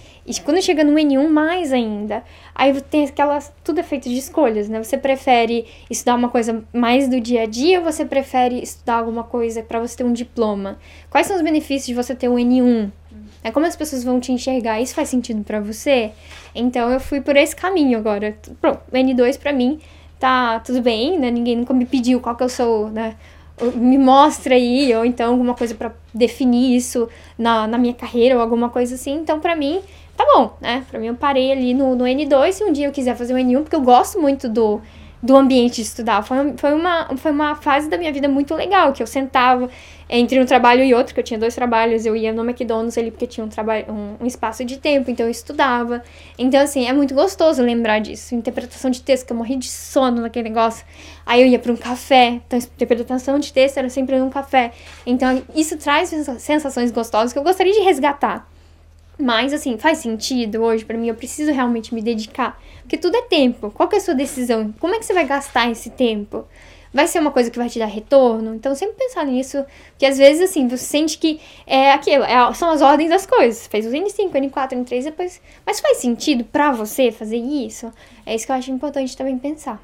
S4: E quando chega no N um, mais ainda. Aí tem aquelas... Tudo é feito de escolhas, né? Você prefere estudar uma coisa mais do dia a dia ou você prefere estudar alguma coisa pra você ter um diploma? Quais são os benefícios de você ter um N um? É como as pessoas vão te enxergar? Isso faz sentido pra você? Então eu fui por esse caminho agora. Pronto, o N dois pra mim tá tudo bem, né? Ninguém nunca me pediu qual que eu sou, né? Me mostra aí, ou então alguma coisa pra definir isso na, na minha carreira ou alguma coisa assim. Então pra mim... Tá bom, né? Pra mim eu parei ali no, no N dois, se um dia eu quiser fazer o N um, porque eu gosto muito do, do ambiente de estudar. Foi, foi, uma, foi uma fase da minha vida muito legal, que eu sentava entre um trabalho e outro, que eu tinha dois trabalhos, eu ia no McDonald's ali porque tinha um, trabalho, um, um espaço de tempo, então eu estudava. Então, assim, é muito gostoso lembrar disso. Interpretação de texto, que eu morri de sono naquele negócio. Aí eu ia pra um café, então interpretação de texto era sempre num café. Então, isso traz sensações gostosas que eu gostaria de resgatar. Mas, assim, faz sentido hoje pra mim? Eu preciso realmente me dedicar. Porque tudo é tempo. Qual que é a sua decisão? Como é que você vai gastar esse tempo? Vai ser uma coisa que vai te dar retorno? Então, sempre pensar nisso. Porque, às vezes, assim, você sente que é aquilo. É, são as ordens das coisas. Você fez o N cinco, N quatro, N três, depois... Mas faz sentido pra você fazer isso? É isso que eu acho importante também pensar.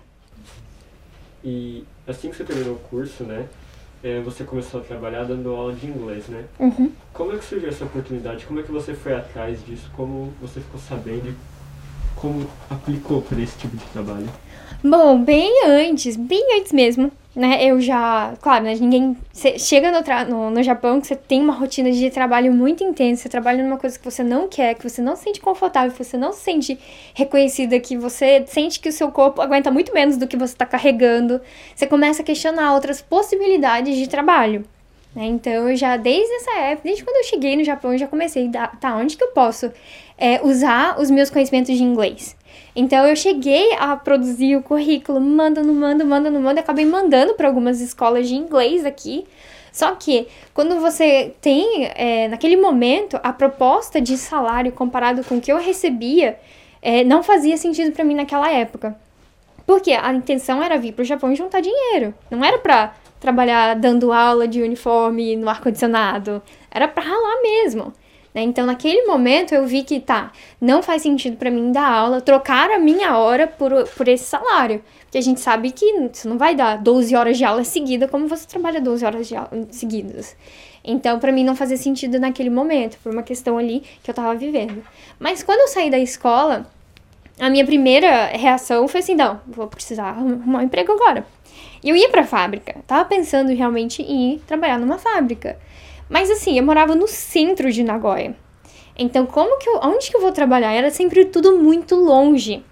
S1: E assim que você terminou o curso, né? É, você começou a trabalhar dando aula de inglês, né?
S4: Uhum.
S1: Como é que surgiu essa oportunidade? Como é que você foi atrás disso? Como você ficou sabendo? Como aplicou para esse tipo de trabalho?
S4: Bom, bem antes, bem antes mesmo, né? Eu já... Claro, né? Ninguém... Você chega no, tra... no, no Japão que você tem uma rotina de trabalho muito intensa. Você trabalha numa coisa que você não quer, que você não se sente confortável, que você não se sente reconhecida, que você sente que o seu corpo aguenta muito menos do que você está carregando. Você começa a questionar outras possibilidades de trabalho. Né? Então, eu já, desde essa época, desde quando eu cheguei no Japão, eu já comecei a dar, tá, onde que eu posso é, usar os meus conhecimentos de inglês? Então, eu cheguei a produzir o currículo, manda, não manda, manda, não manda, acabei mandando para algumas escolas de inglês aqui. Só que, quando você tem, é, naquele momento, a proposta de salário comparado com o que eu recebia, é, não fazia sentido para mim naquela época. Porque a intenção era vir pro Japão e juntar dinheiro. Não era pra trabalhar dando aula de uniforme no ar-condicionado. Era pra ralar mesmo. Né? Então, naquele momento, eu vi que, tá, não faz sentido pra mim dar aula, trocar a minha hora por, por esse salário. Porque a gente sabe que você não vai dar doze horas de aula seguida como você trabalha doze horas de aula seguidas. Então, pra mim, não fazia sentido naquele momento, por uma questão ali que eu tava vivendo. Mas quando eu saí da escola, a minha primeira reação foi assim, não, vou precisar arrumar um emprego agora. E eu ia pra fábrica, tava pensando realmente em ir trabalhar numa fábrica. Mas assim, eu morava no centro de Nagoya. Então, como que eu, onde que eu vou trabalhar? Era sempre tudo muito longe.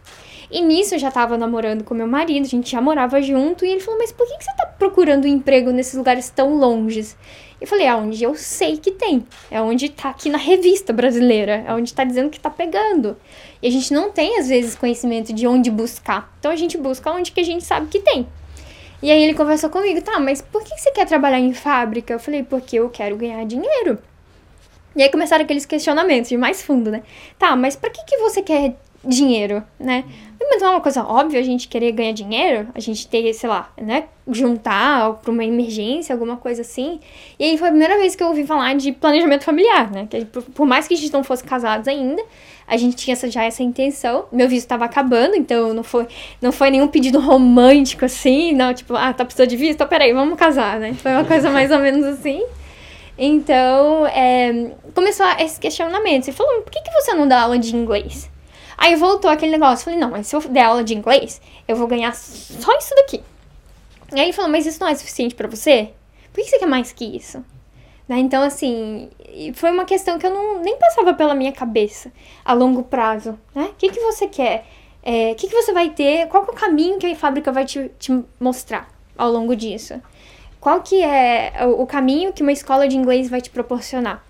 S4: E nisso eu já tava namorando com meu marido, a gente já morava junto, e ele falou, mas por que que você tá procurando um emprego nesses lugares tão longes? Eu falei, é onde eu sei que tem, é onde tá aqui na revista brasileira, é onde tá dizendo que tá pegando. E a gente não tem, às vezes, conhecimento de onde buscar, então a gente busca onde que a gente sabe que tem. E aí ele conversou comigo, tá, mas por que você quer trabalhar em fábrica? Eu falei, porque eu quero ganhar dinheiro. E aí começaram aqueles questionamentos de mais fundo, né? Tá, mas pra que que você quer dinheiro, né? Mas não é uma coisa óbvia a gente querer ganhar dinheiro? A gente ter, sei lá, né? Juntar pra uma emergência, alguma coisa assim. E aí foi a primeira vez que eu ouvi falar de planejamento familiar, né? Que por, por mais que a gente não fosse casados ainda, a gente tinha essa, já essa intenção. Meu visto tava acabando, então não foi, não foi nenhum pedido romântico assim, não, tipo, ah, tá precisando de visto? Então, peraí, vamos casar, né? Foi uma coisa mais ou menos assim. Então, é, começou esse questionamento. Você falou, por que que você não dá aula de inglês? Aí voltou aquele negócio. Falei, não, mas se eu der aula de inglês, eu vou ganhar só isso daqui. E aí ele falou, mas isso não é suficiente pra você? Por que você quer mais que isso? Né? Então, assim, foi uma questão que eu não, nem passava pela minha cabeça a longo prazo. Né? O que que você quer? É, o que que você vai ter? Qual que é o caminho que a fábrica vai te, te mostrar ao longo disso? Qual que é o caminho que uma escola de inglês vai te proporcionar?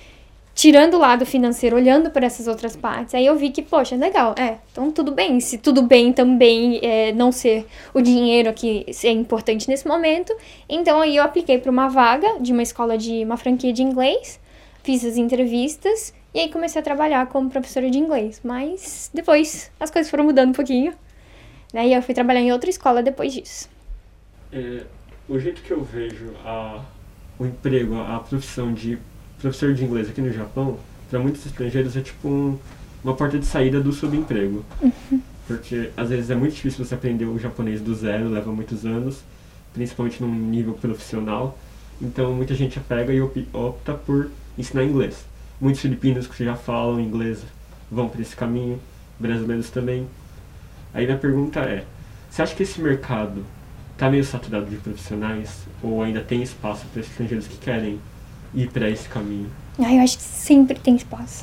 S4: Tirando o lado financeiro, olhando para essas outras partes, aí eu vi que, poxa, legal, é, então tudo bem. Se tudo bem também é, não ser o dinheiro que é importante nesse momento, então aí eu apliquei para uma vaga de uma escola de uma franquia de inglês, fiz as entrevistas e aí comecei a trabalhar como professora de inglês. Mas depois as coisas foram mudando um pouquinho, né, e eu fui trabalhar em outra escola depois disso.
S1: É... O jeito que eu vejo a, o emprego, a, a profissão de professor de inglês aqui no Japão, para muitos estrangeiros é tipo um, uma porta de saída do subemprego. Uhum. Porque às vezes é muito difícil você aprender o japonês do zero, leva muitos anos, principalmente num nível profissional. Então muita gente pega e opta por ensinar inglês. Muitos filipinos que já falam inglês vão para esse caminho, brasileiros também. Aí minha pergunta é, você acha que esse mercado tá meio saturado de profissionais ou ainda tem espaço para estrangeiros que querem ir para esse caminho?
S4: Ah, eu acho que sempre tem espaço.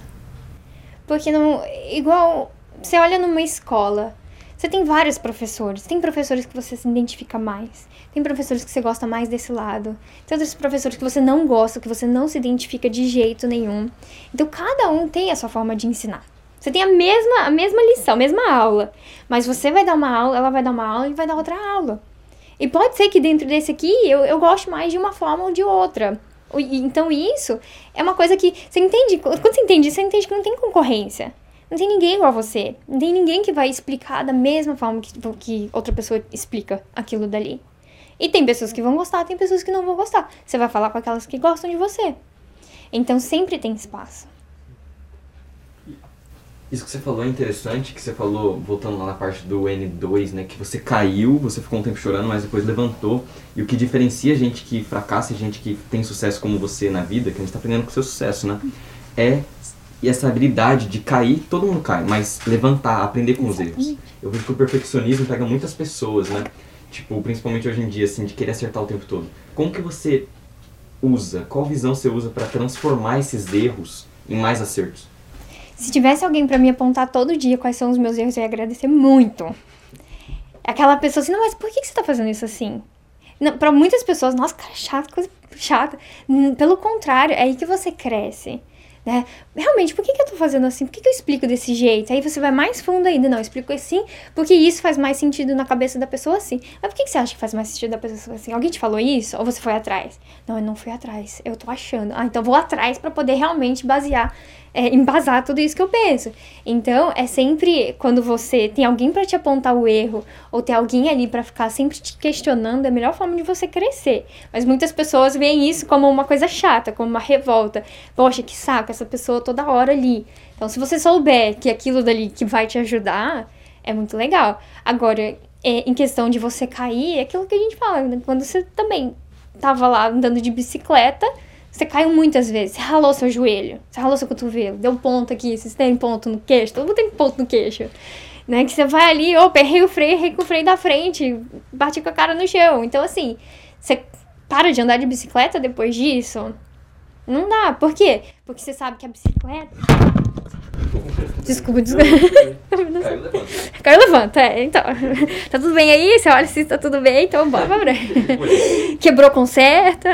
S4: Porque não, igual, você olha numa escola, você tem vários professores, tem professores que você se identifica mais, tem professores que você gosta mais desse lado, tem outros professores que você não gosta, que você não se identifica de jeito nenhum. Então cada um tem a sua forma de ensinar. Você tem a mesma, a mesma lição, a mesma aula, mas você vai dar uma aula, ela vai dar uma aula e vai dar outra aula. E pode ser que dentro desse aqui eu, eu goste mais de uma forma ou de outra. Então isso é uma coisa que você entende. Quando você entende isso, você entende que não tem concorrência. Não tem ninguém igual a você. Não tem ninguém que vai explicar da mesma forma que, que outra pessoa explica aquilo dali. E tem pessoas que vão gostar, tem pessoas que não vão gostar. Você vai falar com aquelas que gostam de você. Então sempre tem espaço.
S2: Isso que você falou é interessante, que você falou, voltando lá na parte do N dois, né, que você caiu, você ficou um tempo chorando, mas depois levantou, e o que diferencia gente que fracassa e gente que tem sucesso como você na vida, que a gente tá aprendendo com o seu sucesso, né, é essa habilidade de cair, todo mundo cai, mas levantar, aprender com os erros. Eu vejo que o perfeccionismo pega muitas pessoas, né, tipo, principalmente hoje em dia, assim, de querer acertar o tempo todo. Como que você usa, qual visão você usa para transformar esses erros em mais acertos?
S4: Se tivesse alguém pra me apontar todo dia quais são os meus erros, eu ia agradecer muito. Aquela pessoa assim, não, mas por que você tá fazendo isso assim? Não, pra muitas pessoas, nossa, cara, chato, coisa chata. Pelo contrário, é aí que você cresce. Né? Realmente, por que, que eu tô fazendo assim? Por que, que eu explico desse jeito? Aí você vai mais fundo ainda. Não, eu explico assim porque isso faz mais sentido na cabeça da pessoa assim. Mas por que, que você acha que faz mais sentido da pessoa assim? Alguém te falou isso? Ou você foi atrás? Não, eu não fui atrás. Eu tô achando. Ah, então vou atrás pra poder realmente basear, é, embasar tudo isso que eu penso. Então, é sempre quando você tem alguém pra te apontar o erro ou tem alguém ali pra ficar sempre te questionando, é a melhor forma de você crescer. Mas muitas pessoas veem isso como uma coisa chata, como uma revolta. Poxa, que saco, essa pessoa toda hora ali. Então, se você souber que aquilo dali que vai te ajudar, é muito legal. Agora, é, em questão de você cair, é aquilo que a gente fala, né? Quando você também tava lá andando de bicicleta, você caiu muitas vezes, você ralou seu joelho, você ralou seu cotovelo, deu ponto aqui, vocês têm ponto no queixo, todo mundo tem ponto no queixo. Né? Que você vai ali, opa, errei o freio, errei com o freio da frente, bati com a cara no chão. Então, assim, você para de andar de bicicleta depois disso? Não dá. Por quê? Porque você sabe que a bicicleta... Desculpa, desculpa.
S2: Caiu, levanta.
S4: Caiu, levanta, é, então. Tá tudo bem aí? Você olha se tá tudo bem, então bora pra frente. Quebrou, conserta.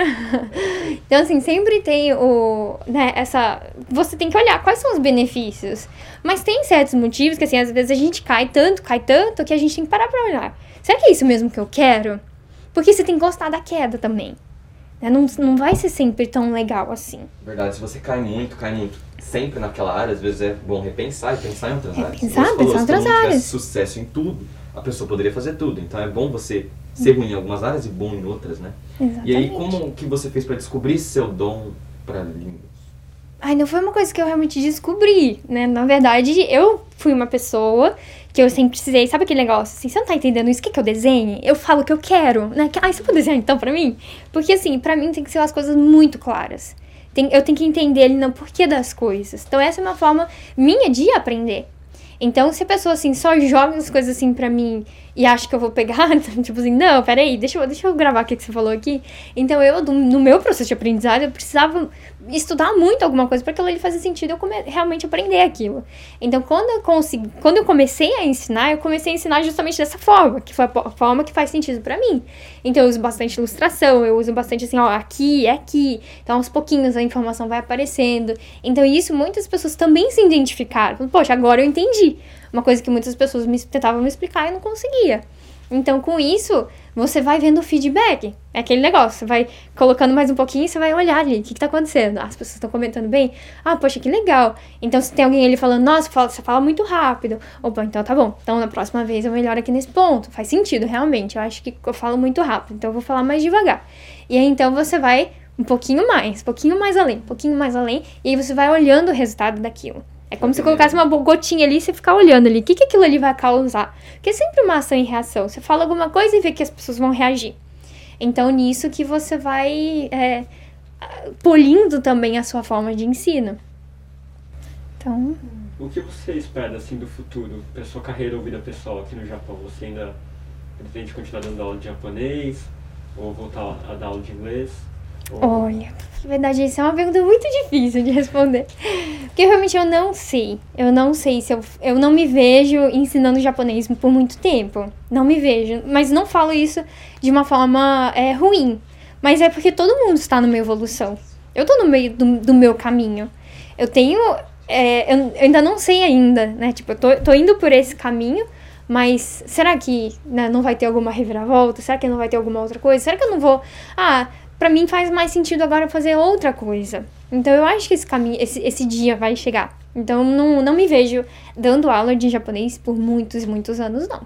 S4: Então, assim, sempre tem o, né, essa... Você tem que olhar quais são os benefícios. Mas tem certos motivos que, assim, às vezes a gente cai tanto, cai tanto, que a gente tem que parar pra olhar. Será que é isso mesmo que eu quero? Porque você tem que gostar da queda também. Não, não vai ser sempre tão legal assim.
S2: Verdade, se você cai muito, cai muito sempre naquela área, às vezes é bom repensar e pensar em outras
S4: É,
S2: áreas.
S4: pensar,
S2: Você falou,
S4: pensar em
S2: se
S4: outras
S2: todo mundo tivesse
S4: áreas.
S2: sucesso em tudo, a pessoa poderia fazer tudo. Então é bom você ser ruim em algumas áreas e bom em outras, né?
S4: Exatamente.
S2: E aí, como que você fez pra descobrir seu dom pra línguas?
S4: Ai, não foi uma coisa que eu realmente descobri, né? Na verdade, eu fui uma pessoa que eu sempre precisei... Sabe aquele negócio assim, você não tá entendendo isso? O que que eu desenhe? Eu falo o que eu quero, né? Ai, você pode desenhar então pra mim? Porque assim, pra mim tem que ser as coisas muito claras. Tem, eu tenho que entender ali no porquê das coisas. Então essa é uma forma minha de aprender. Então, se a pessoa, assim, só joga as coisas, assim, pra mim e acha que eu vou pegar, tipo assim, não, peraí, deixa eu, deixa eu gravar o que você falou aqui. Então, eu, do, no meu processo de aprendizado, eu precisava estudar muito alguma coisa para aquilo ali fazer sentido eu come, realmente aprender aquilo. Então, quando eu, consegui, quando eu comecei a ensinar, eu comecei a ensinar justamente dessa forma, que foi a forma que faz sentido pra mim. Então, eu uso bastante ilustração, eu uso bastante, assim, ó, aqui, é aqui. Então, aos pouquinhos a informação vai aparecendo. Então, isso muitas pessoas também se identificaram. Poxa, agora eu entendi. Uma coisa que muitas pessoas me, tentavam me explicar e eu não conseguia. Então, com isso, você vai vendo o feedback. É aquele negócio, você vai colocando mais um pouquinho e você vai olhar ali. O que, que tá acontecendo? Ah, as pessoas estão comentando bem? Ah, poxa, que legal. Então, se tem alguém ali falando, nossa, você fala muito rápido. Opa, então tá bom. Então, na próxima vez eu melhoro aqui nesse ponto. Faz sentido, realmente. Eu acho que eu falo muito rápido, então eu vou falar mais devagar. E aí, então, você vai um pouquinho mais, um pouquinho mais além, um pouquinho mais além. E aí, você vai olhando o resultado daquilo. É como se colocasse uma gotinha ali e você ficar olhando ali. O que, que aquilo ali vai causar? Porque é sempre uma ação e reação. Você fala alguma coisa e vê que as pessoas vão reagir. Então, nisso que você vai é, polindo também a sua forma de ensino. Então...
S1: O que você espera, assim, do futuro, para sua carreira ou vida pessoal aqui no Japão? Você ainda pretende continuar dando aula de japonês? Ou voltar a dar aula de inglês? Ou...
S4: Olha, na verdade, isso é uma pergunta muito difícil de responder. Porque realmente eu não sei. Eu não sei se eu... Eu não me vejo ensinando japonês por muito tempo. Não me vejo. Mas não falo isso de uma forma é, ruim. Mas é porque todo mundo está numa evolução. Eu tô no meio do, do meu caminho. Eu tenho... É, eu, eu ainda não sei ainda, né? Tipo, eu tô, tô indo por esse caminho. Mas será que, né, não vai ter alguma reviravolta? Será que não vai ter alguma outra coisa? Será que eu não vou... Ah... Pra mim faz mais sentido agora fazer outra coisa. Então eu acho que esse caminho, esse, esse dia vai chegar. Então não, não me vejo dando aula de japonês por muitos, muitos anos, não.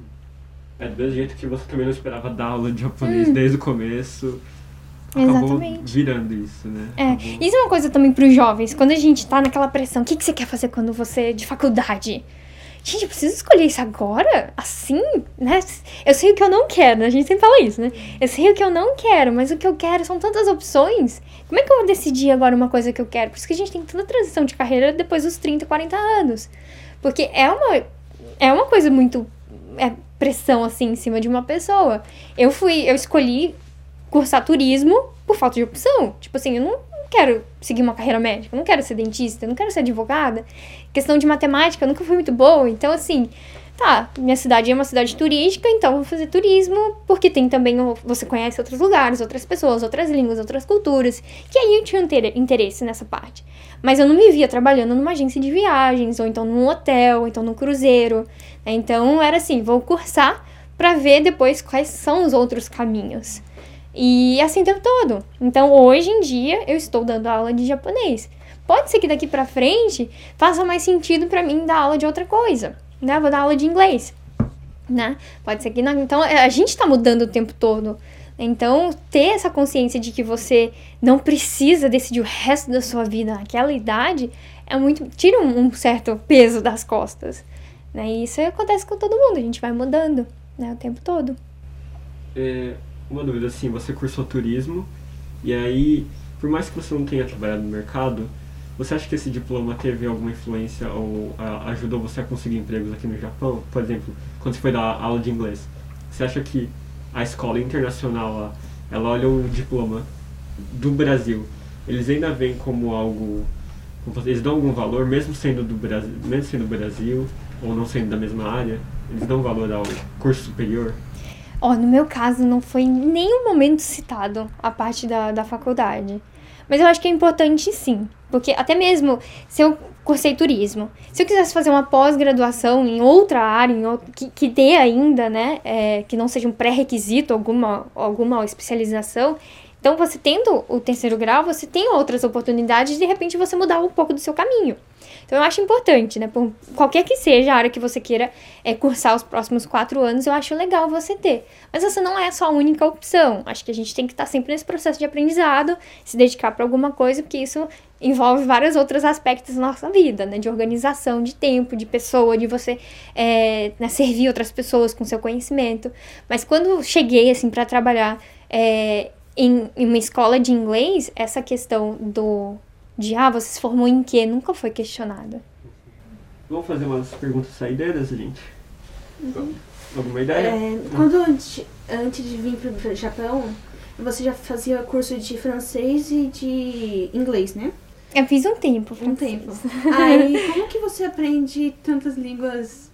S1: É do mesmo jeito que você também não esperava dar aula de japonês hum. desde o começo. Acabou
S4: Exatamente.
S1: Virando isso, né?
S4: É.
S1: Acabou...
S4: Isso é uma coisa também pros jovens. Quando a gente tá naquela pressão, o que, que você quer fazer quando você é de faculdade? Gente, eu preciso escolher isso agora? Assim? Né? Eu sei o que eu não quero, a gente sempre fala isso, né? Eu sei o que eu não quero, mas o que eu quero são tantas opções. Como é que eu vou decidir agora uma coisa que eu quero? Por isso que a gente tem tanta transição de carreira depois dos trinta, quarenta anos. Porque é uma, é uma coisa muito... É pressão, assim, em cima de uma pessoa. Eu fui... Eu escolhi cursar turismo por falta de opção. Tipo assim, eu não... quero seguir uma carreira médica, eu não quero ser dentista, eu não quero ser advogada. Questão de matemática, eu nunca fui muito boa. Então, assim, tá, minha cidade é uma cidade turística, então eu vou fazer turismo, porque tem também, você conhece outros lugares, outras pessoas, outras línguas, outras culturas, que aí eu tinha interesse nessa parte. Mas eu não me via trabalhando numa agência de viagens, ou então num hotel, ou então num cruzeiro. Então, era assim, vou cursar pra ver depois quais são os outros caminhos. E assim o tempo todo. Então, hoje em dia, eu estou dando aula de japonês. Pode ser que daqui pra frente faça mais sentido pra mim dar aula de outra coisa, né? Vou dar aula de inglês, né? Pode ser que não. Então, a gente tá mudando o tempo todo. Então, ter essa consciência de que você não precisa decidir o resto da sua vida naquela idade é muito... Tira um, um certo peso das costas, né? E isso acontece com todo mundo. A gente vai mudando, né? O tempo todo.
S1: É... Uma dúvida, assim, você cursou turismo e aí, por mais que você não tenha trabalhado no mercado, você acha que esse diploma teve alguma influência ou a, ajudou você a conseguir empregos aqui no Japão? Por exemplo, quando você foi dar aula de inglês, você acha que a escola internacional, ela olha o diploma do Brasil, eles ainda veem como algo Eles dão algum valor, mesmo sendo do Brasil, mesmo sendo do Brasil, ou não sendo da mesma área? Eles dão valor ao curso superior?
S4: Ó, oh, no meu caso, não foi em nenhum momento citado a parte da, da faculdade. Mas eu acho que é importante sim. Porque até mesmo se eu cursei turismo, se eu quisesse fazer uma pós-graduação em outra área, em outro, que, que dê ainda, né, é, que não seja um pré-requisito, alguma, alguma especialização, então você tendo o terceiro grau, você tem outras oportunidades de, de repente, você mudar um pouco do seu caminho. Então eu acho importante, né, por qualquer que seja a área que você queira é, cursar os próximos quatro anos, eu acho legal você ter. Mas essa não é só a única opção. Acho que a gente tem que estar sempre nesse processo de aprendizado, se dedicar para alguma coisa, porque isso envolve vários outros aspectos da nossa vida, né, de organização, de tempo, de pessoa, de você é, né, servir outras pessoas com seu conhecimento. Mas quando cheguei, assim, para trabalhar é, em, em uma escola de inglês, essa questão do... de, ah, você se formou em quê? Nunca foi questionada.
S1: Vamos fazer umas perguntas saideiras, gente? Uhum. Alguma ideia?
S3: É, quando antes, antes de vir para o Japão, você já fazia curso de francês e de inglês, né?
S4: Eu fiz um tempo.
S3: Um tempo. Aí, como que você aprende tantas línguas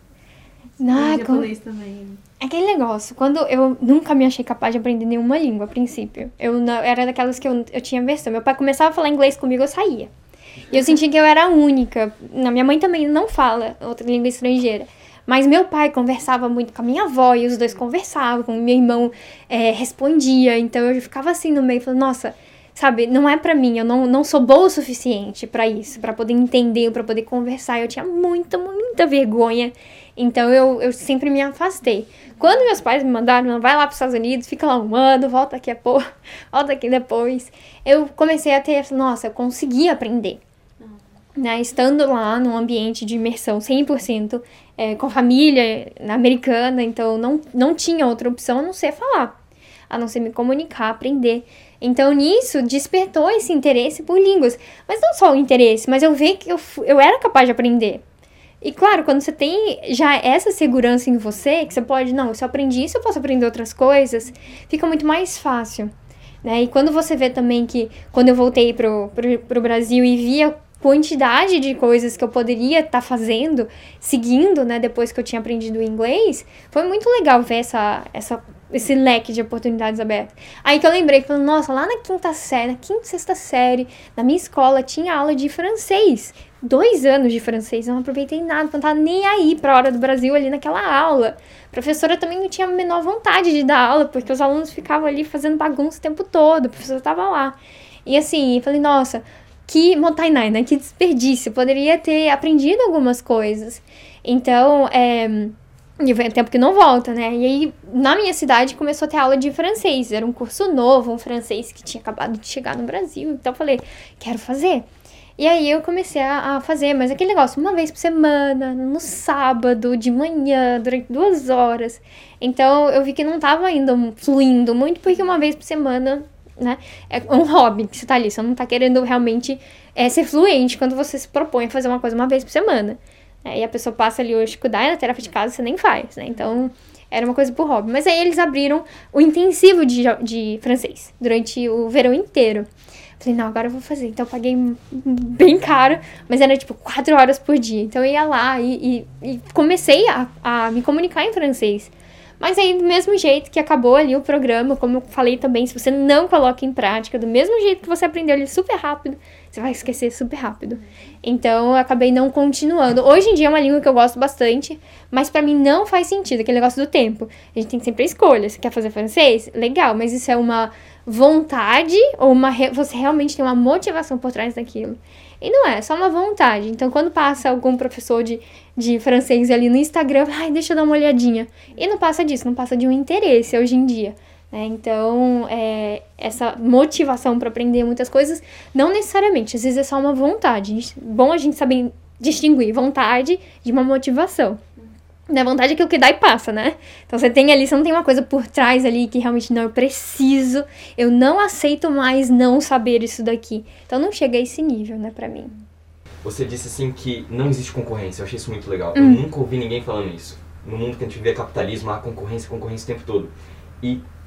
S4: ah,
S3: em japonês como... também?
S4: Aquele negócio, quando eu nunca me achei capaz de aprender nenhuma língua, a princípio. Eu não, era daquelas que eu, eu tinha versão. Meu pai começava a falar inglês comigo, eu saía. E eu sentia que eu era a única. A minha mãe também não fala outra língua estrangeira. Mas meu pai conversava muito com a minha avó, e os dois conversavam, meu irmão é, respondia. Então eu ficava assim no meio, falando, nossa, sabe, não é pra mim, eu não, não sou boa o suficiente pra isso, pra poder entender, pra poder conversar. Eu tinha muita, muita vergonha. Então eu, eu sempre me afastei. Quando meus pais me mandaram, vai lá para os Estados Unidos, fica lá um ano, volta aqui a pouco, volta aqui depois, eu comecei a ter, nossa, eu consegui aprender. Uhum. Né? Estando lá num ambiente de imersão cem por cento, é, com família americana, então não, não tinha outra opção a não ser falar, a não ser me comunicar, aprender. Então nisso despertou esse interesse por línguas. Mas não só o interesse, mas eu vi que eu, eu era capaz de aprender. E claro, quando você tem já essa segurança em você, que você pode, não, se eu aprendi isso, eu posso aprender outras coisas, fica muito mais fácil, né? E quando você vê também que, quando eu voltei pro, pro, pro Brasil e vi a quantidade de coisas que eu poderia estar tá fazendo, seguindo, né, depois que eu tinha aprendido o inglês, foi muito legal ver essa, essa, esse leque de oportunidades abertas. Aí que eu lembrei, falando, nossa, lá na quinta série, na quinta, sexta série, na minha escola, tinha aula de francês. Dois anos de francês, eu não aproveitei nada, não tava nem aí pra hora do Brasil ali naquela aula. A professora também não tinha a menor vontade de dar aula, porque os alunos ficavam ali fazendo bagunça o tempo todo, a professora tava lá. E assim, eu falei, nossa, que motainai, né? Que desperdício, poderia ter aprendido algumas coisas. Então, é... e vem tempo que não volta, né? E aí, na minha cidade, começou a ter aula de francês. Era um curso novo, um francês que tinha acabado de chegar no Brasil. Então, eu falei, quero fazer. E aí eu comecei a, a fazer, mas aquele negócio, uma vez por semana, no sábado, de manhã, durante duas horas. Então eu vi que não tava ainda fluindo muito, porque uma vez por semana, né, é um hobby que você tá ali, você não tá querendo realmente é, ser fluente quando você se propõe a fazer uma coisa uma vez por semana. É, e a pessoa passa ali o dificuldade na tarefa de casa, você nem faz, né, então era uma coisa por hobby. Mas aí eles abriram o intensivo de, de francês, durante o verão inteiro. Falei, não, agora eu vou fazer. Então eu paguei bem caro, mas era tipo quatro horas por dia. Então eu ia lá e, e, e comecei a, a me comunicar em francês. Mas aí, do mesmo jeito que acabou ali o programa, como eu falei também, se você não coloca em prática, do mesmo jeito que você aprendeu ali super rápido, você vai esquecer super rápido. Então eu acabei não continuando. Hoje em dia é uma língua que eu gosto bastante, mas pra mim não faz sentido, aquele negócio do tempo. A gente tem sempre a escolha. Você quer fazer francês? Legal, mas isso é uma vontade ou uma re... você realmente tem uma motivação por trás daquilo. E não é, é só uma vontade. Então, quando passa algum professor de, de francês ali no Instagram, ai, deixa eu dar uma olhadinha. E não passa disso, não passa de um interesse hoje em dia. Né? Então, é, essa motivação para aprender muitas coisas, não necessariamente, às vezes é só uma vontade. Bom a gente saber distinguir vontade de uma motivação. Na vontade é aquilo que dá e passa, né? Então você tem ali, você não tem uma coisa por trás ali que realmente não, eu preciso, eu não aceito mais não saber isso daqui. Então não chega a esse nível, né, pra mim.
S2: Você disse assim que não existe concorrência, eu achei isso muito legal.
S4: Hum.
S2: Eu nunca ouvi ninguém falando isso. No mundo que a gente vê capitalismo, há concorrência, concorrência o tempo todo. E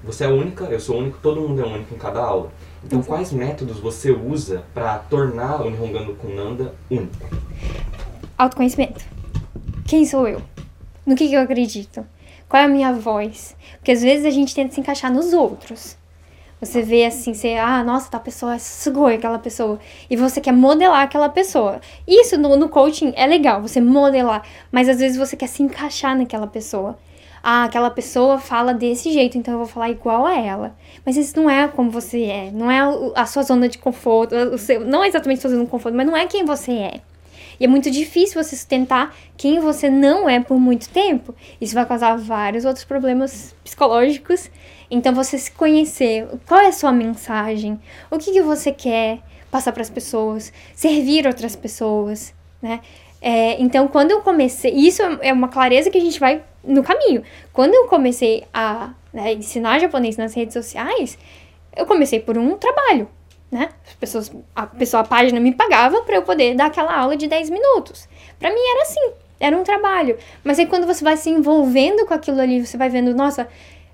S2: você é única, eu sou único, todo mundo é único em cada aula. Então,
S4: Exato.
S2: quais métodos você usa para tornar o Nihongando com Nanda único?
S4: Autoconhecimento. Quem sou eu? No que, que eu acredito? Qual é a minha voz? Porque às vezes a gente tenta se encaixar nos outros. Você vê assim, você, ah, nossa, tá pessoa é sugoi, aquela pessoa. E você quer modelar aquela pessoa. Isso no, no coaching é legal, você modelar. Mas às vezes você quer se encaixar naquela pessoa. Ah, aquela pessoa fala desse jeito, então eu vou falar igual a ela. Mas isso não é como você é. Não é a sua zona de conforto. O seu, não é exatamente a sua zona de conforto, mas não é quem você é. E é muito difícil você sustentar quem você não é por muito tempo. Isso vai causar vários outros problemas psicológicos. Então, você se conhecer, qual é a sua mensagem, o que, que você quer passar para as pessoas, servir outras pessoas, né? É, então, quando eu comecei... Isso é uma clareza que a gente vai no caminho. Quando eu comecei a, né, ensinar japonês nas redes sociais, eu comecei por um trabalho, né? As pessoas, a pessoa, a página me pagava para eu poder dar aquela aula de dez minutos. Para mim era assim, era um trabalho. Mas aí quando você vai se envolvendo com aquilo ali, você vai vendo, nossa,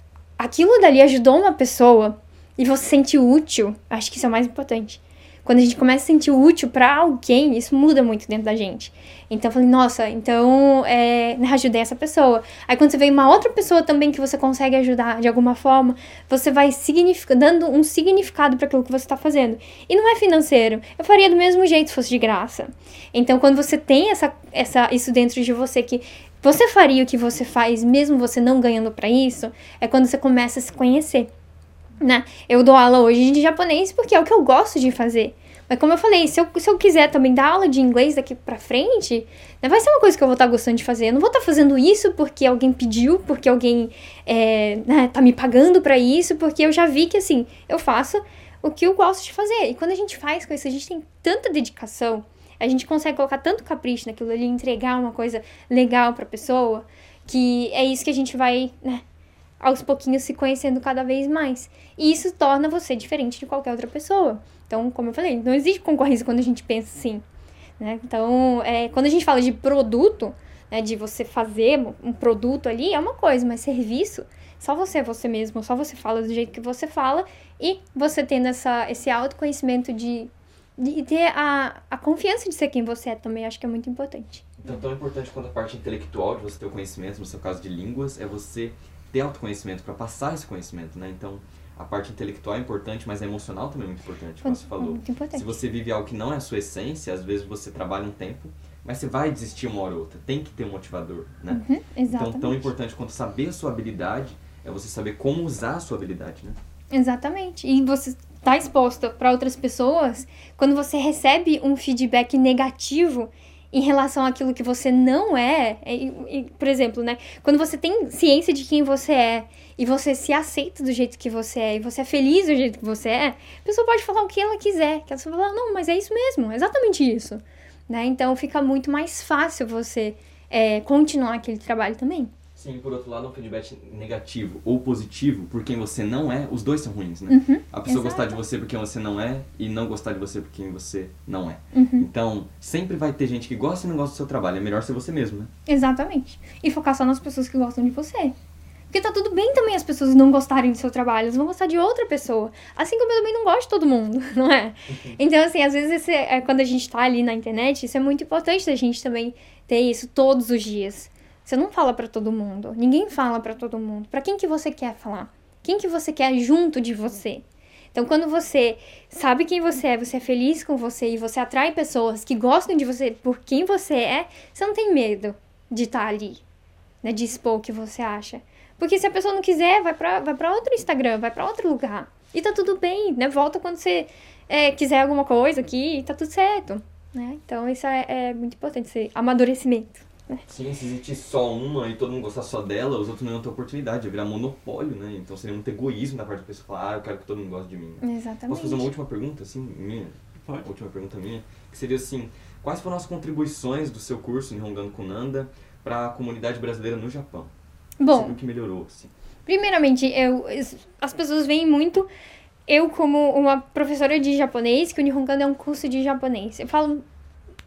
S4: aquilo dali ajudou uma pessoa e você se sente útil. Acho que isso é o mais importante. Quando a gente começa a se sentir útil para alguém, isso muda muito dentro da gente. Então eu falei, nossa, então é, ajudei essa pessoa. Aí quando você vê uma outra pessoa também que você consegue ajudar de alguma forma, você vai dando um significado para aquilo que você está fazendo. E não é financeiro. Eu faria do mesmo jeito se fosse de graça. Então quando você tem essa, essa, isso dentro de você, que você faria o que você faz mesmo você não ganhando para isso, é quando você começa a se conhecer. Né? Eu dou aula hoje de japonês porque é o que eu gosto de fazer. Mas como eu falei, se eu, se eu quiser também dar aula de inglês daqui pra frente, né, vai ser uma coisa que eu vou estar gostando de fazer. Eu não vou estar fazendo isso porque alguém pediu, porque alguém é, né, tá me pagando pra isso, porque eu já vi que, assim, eu faço o que eu gosto de fazer. E quando a gente faz com isso, a gente tem tanta dedicação, a gente consegue colocar tanto capricho naquilo ali, entregar uma coisa legal pra pessoa, que é isso que a gente vai, né, aos pouquinhos se conhecendo cada vez mais. E isso torna você diferente de qualquer outra pessoa. Então, como eu falei, não existe concorrência quando a gente pensa assim, né? Então, é, quando a gente fala de produto, né, de você fazer um produto ali, é uma coisa, mas serviço, só você é você mesmo, só você fala do jeito que você fala e você tendo essa, esse autoconhecimento de, de ter a, a confiança de ser quem você é também, acho que é muito importante.
S2: Então, tão importante quanto a parte intelectual de você ter o conhecimento, no seu caso de línguas, é você ter autoconhecimento para passar esse conhecimento, né? Então, a parte intelectual é importante, mas a emocional também é muito importante, como você falou.
S4: Muito importante.
S2: Se você vive algo que não é a sua essência, às vezes você trabalha um tempo, mas você vai desistir uma hora ou outra. Tem que ter um motivador, né?
S4: Uhum, exatamente.
S2: Então, tão importante quanto saber a sua habilidade, é você saber como usar a sua habilidade, né?
S4: Exatamente. E você tá exposta para outras pessoas, quando você recebe um feedback negativo em relação àquilo que você não é, e, e, por exemplo, né, quando você tem ciência de quem você é, e você se aceita do jeito que você é, e você é feliz do jeito que você é, a pessoa pode falar o que ela quiser, que ela vai falar, não, mas é isso mesmo, é exatamente isso, né, então fica muito mais fácil você é, continuar aquele trabalho também.
S2: Sim, por outro lado, um feedback negativo ou positivo por quem você não é, os dois são ruins, né?
S4: Uhum,
S2: a pessoa
S4: exato.
S2: Gostar de você por quem você não é e não gostar de você por quem você não é.
S4: Uhum.
S2: Então, sempre vai ter gente que gosta e não gosta do seu trabalho. É melhor ser você mesmo, né?
S4: Exatamente. E focar só nas pessoas que gostam de você. Porque tá tudo bem também as pessoas não gostarem do seu trabalho, elas vão gostar de outra pessoa. Assim como eu também não gosto de todo mundo, não é? Uhum. Então, assim, às vezes, esse, é, quando a gente tá ali na internet, isso é muito importante a gente também ter isso todos os dias. Você não fala pra todo mundo. Ninguém fala pra todo mundo. Pra quem que você quer falar? Quem que você quer junto de você? Então, quando você sabe quem você é, você é feliz com você e você atrai pessoas que gostam de você por quem você é, você não tem medo de estar ali, né? De expor o que você acha. Porque se a pessoa não quiser, vai pra, vai pra outro Instagram, vai pra outro lugar. E tá tudo bem, né? Volta quando você é, quiser alguma coisa aqui e tá tudo certo, né? Então, isso é, é muito importante, esse amadurecimento.
S2: Sim, se existir só uma e todo mundo gostar só dela, os outros não iam ter oportunidade, ia virar monopólio, né? Então seria muito egoísmo da parte da pessoa falar, ah, eu quero que todo mundo goste de mim.
S4: Exatamente.
S2: Posso fazer uma última pergunta, assim, minha?
S1: Pode.
S2: Última pergunta minha, que seria assim, quais foram as contribuições do seu curso Nihongando com Nanda para a comunidade brasileira no Japão?
S4: Bom,
S2: você viu que melhorou, assim?
S4: Primeiramente, eu, as pessoas veem muito eu como uma professora de japonês, que o Nihongando é um curso de japonês. Eu falo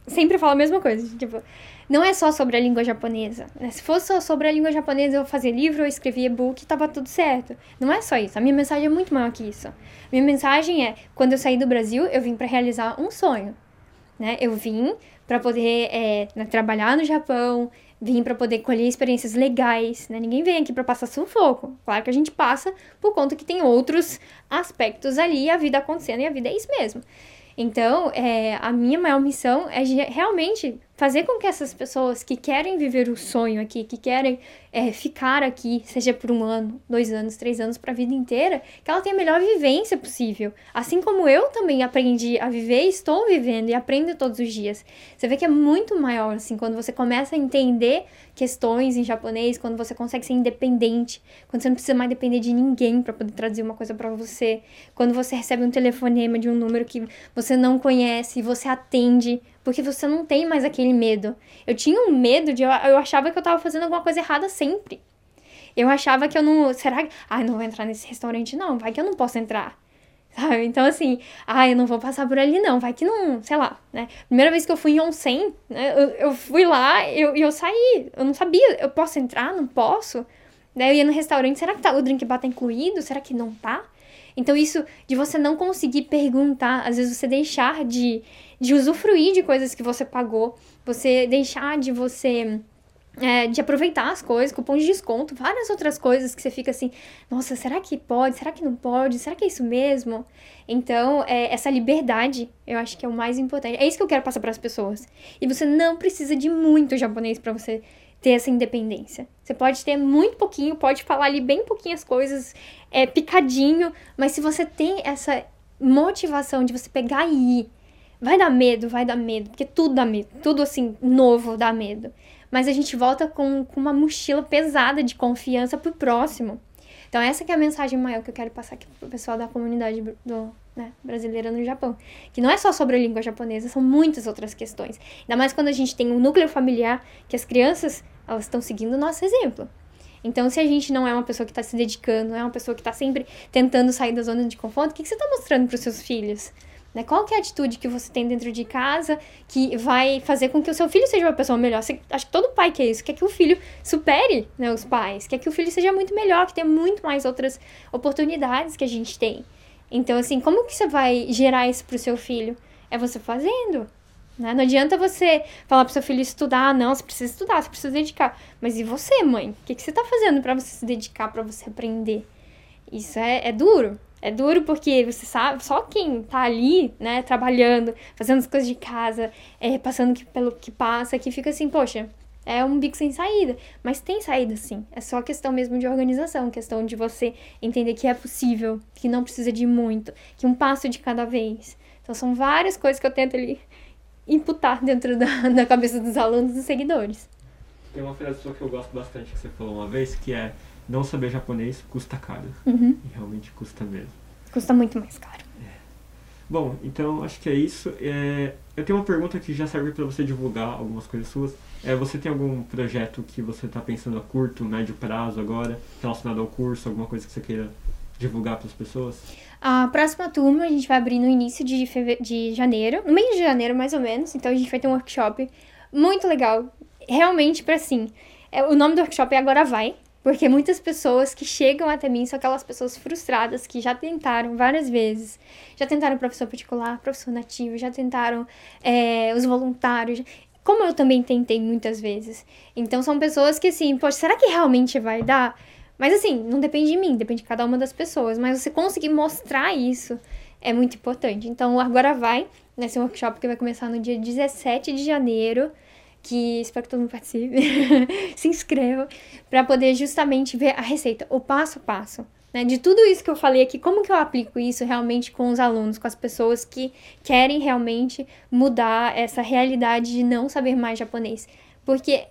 S4: sempre falo a mesma coisa, tipo, não é só sobre a língua japonesa, né? Se fosse só sobre a língua japonesa, eu fazia livro, eu escrevia e-book e tava tudo certo. Não é só isso, a minha mensagem é muito maior que isso. Minha mensagem é, quando eu saí do Brasil, eu vim para realizar um sonho, né? Eu vim para poder é, trabalhar no Japão, vim para poder colher experiências legais, né? Ninguém vem aqui para passar sufoco. Claro que a gente passa por conta que tem outros aspectos ali, a vida acontecendo, e a vida é isso mesmo. Então, é, a minha maior missão é realmente fazer com que essas pessoas que querem viver o sonho aqui, que querem é, ficar aqui, seja por um ano, dois anos, três anos, para a vida inteira, que ela tenha a melhor vivência possível. Assim como eu também aprendi a viver, estou vivendo e aprendo todos os dias. Você vê que é muito maior, assim, quando você começa a entender questões em japonês, quando você consegue ser independente, quando você não precisa mais depender de ninguém para poder traduzir uma coisa para você, quando você recebe um telefonema de um número que você não conhece e você atende, porque você não tem mais aquele medo. Eu tinha um medo de... Eu, eu achava que eu tava fazendo alguma coisa errada sempre. Eu achava que eu não... Será que... Ai, não vou entrar nesse restaurante, não. Vai que eu não posso entrar. Sabe? Então, assim... Ai, eu não vou passar por ali, não. Vai que não... Sei lá, né? Primeira vez que eu fui em onsen, né? Eu, eu fui lá e eu, eu saí. Eu não sabia. Eu posso entrar? Não posso? Daí eu ia no restaurante. Será que tá, o drink bar tá incluído? Será que não tá? Então, isso de você não conseguir perguntar, às vezes você deixar de, de usufruir de coisas que você pagou, você deixar de você... É, de aproveitar as coisas, cupom de desconto, várias outras coisas que você fica assim, nossa, será que pode? Será que não pode? Será que é isso mesmo? Então, é, essa liberdade, eu acho que é o mais importante. É isso que eu quero passar para as pessoas. E você não precisa de muito japonês para você ter essa independência. Você pode ter muito pouquinho, pode falar ali bem pouquinhas coisas, é, picadinho, mas se você tem essa motivação de você pegar e ir, vai dar medo, vai dar medo, porque tudo dá medo, tudo assim, novo dá medo. Mas a gente volta com, com uma mochila pesada de confiança pro próximo. Então essa que é a mensagem maior que eu quero passar aqui pro pessoal da comunidade do, né, brasileira no Japão. Que não é só sobre a língua japonesa, são muitas outras questões. Ainda mais quando a gente tem um núcleo familiar, que as crianças, elas estão seguindo o nosso exemplo. Então, se a gente não é uma pessoa que está se dedicando, não é uma pessoa que está sempre tentando sair da zona de conforto, o que, que você está mostrando para os seus filhos? Né? Qual que é a atitude que você tem dentro de casa que vai fazer com que o seu filho seja uma pessoa melhor? Você, acho que todo pai quer isso, quer que o filho supere, né, os pais, quer que o filho seja muito melhor, que tenha muito mais outras oportunidades que a gente tem. Então, assim, como que você vai gerar isso pro seu filho? É você fazendo, né? Não adianta você falar pro seu filho estudar, não, você precisa estudar, você precisa dedicar. Mas e você, mãe? O que, que você tá fazendo pra você se dedicar, pra você aprender? Isso é, é duro. É duro porque você sabe, só quem tá ali, né, trabalhando, fazendo as coisas de casa, é, passando que, pelo que passa, que fica assim, poxa, é um bico sem saída. Mas tem saída, sim. É só questão mesmo de organização, questão de você entender que é possível, que não precisa de muito, que um passo de cada vez. Então são várias coisas que eu tento ali imputar dentro da, da cabeça dos alunos e dos seguidores.
S1: Tem uma frase sua que eu gosto bastante que você falou uma vez, que é: não saber japonês custa caro.
S4: Uhum.
S1: E realmente custa mesmo.
S4: Custa muito mais caro.
S1: É. Bom, então acho que é isso. É, eu tenho uma pergunta que já serve para você divulgar algumas coisas suas. É, você tem algum projeto que você está pensando a curto, médio prazo agora, relacionado ao curso, alguma coisa que você queira divulgar para as pessoas?
S4: A próxima turma a gente vai abrir no início de, feve... de janeiro, no meio de janeiro mais ou menos. Então a gente vai ter um workshop muito legal, realmente para assim. É, o nome do workshop é Agora Vai. Porque muitas pessoas que chegam até mim são aquelas pessoas frustradas que já tentaram várias vezes. Já tentaram professor particular, professor nativo, já tentaram é, os voluntários, como eu também tentei muitas vezes. Então são pessoas que assim, poxa, será que realmente vai dar? Mas assim, não depende de mim, depende de cada uma das pessoas. Mas você conseguir mostrar isso é muito importante. Então agora vai, nesse workshop que vai começar no dia dezessete de janeiro. Que espero que todo mundo participe, se inscreva, para poder justamente ver a receita, o passo a passo, né? De tudo isso que eu falei aqui, como que eu aplico isso realmente com os alunos, com as pessoas que querem realmente mudar essa realidade de não saber mais japonês. Porque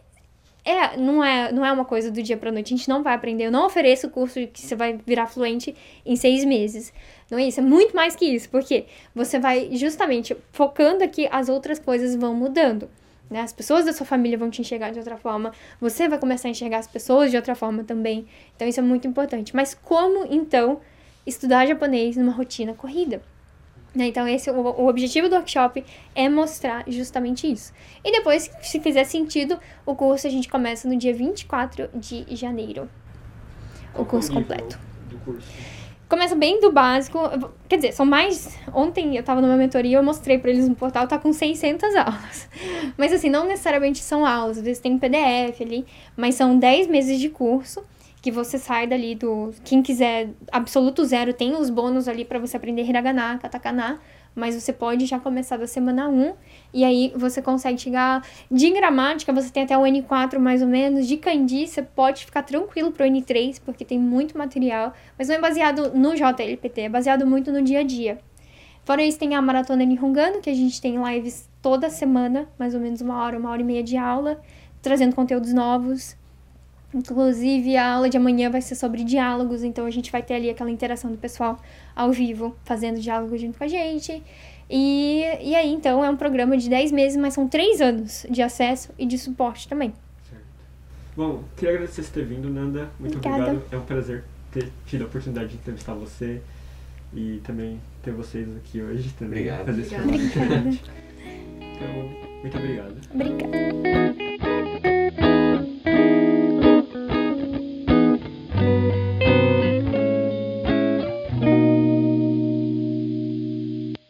S4: é, não, é, não é uma coisa do dia para noite, a gente não vai aprender, eu não ofereço curso que você vai virar fluente em seis meses. Não é isso, é muito mais que isso, porque você vai justamente focando aqui, as outras coisas vão mudando. As pessoas da sua família vão te enxergar de outra forma, você vai começar a enxergar as pessoas de outra forma também. Então isso é muito importante. Mas como, então, estudar japonês numa rotina corrida? Né? Então, esse, o, o objetivo do workshop é mostrar justamente isso. E depois, se fizer sentido, o curso a gente começa no dia vinte e quatro de janeiro. O curso completo.
S1: Do curso?
S4: Começa bem do básico, quer dizer, são mais... Ontem eu tava numa mentoria, eu mostrei pra eles no portal, tá com seiscentas aulas. Mas assim, não necessariamente são aulas, às vezes tem um P D F ali, mas são dez meses de curso, que você sai dali do... Quem quiser absoluto zero, tem os bônus ali pra você aprender hiragana, katakana, mas você pode já começar da semana um, e aí você consegue chegar... De gramática, você tem até o N quatro mais ou menos, de kanji, você pode ficar tranquilo pro N três, porque tem muito material, mas não é baseado no J L P T, é baseado muito no dia a dia. Fora isso, tem a Maratona Nihongano, que a gente tem lives toda semana, mais ou menos uma hora, uma hora e meia de aula, trazendo conteúdos novos. Inclusive, a aula de amanhã vai ser sobre diálogos, então a gente vai ter ali aquela interação do pessoal ao vivo, fazendo diálogo junto com a gente. E, e aí, então, é um programa de dez meses, mas são três anos de acesso e de suporte também.
S1: Certo. Bom, queria agradecer por ter vindo, Nanda. Muito
S4: Obrigada.
S1: obrigado. É um prazer ter tido a oportunidade de entrevistar você e também ter vocês aqui hoje também.
S2: Obrigado.
S1: Fazer esse
S3: Obrigada.
S1: trabalho
S4: Obrigada.
S1: diferente. Então, muito obrigado.
S4: Obrigada.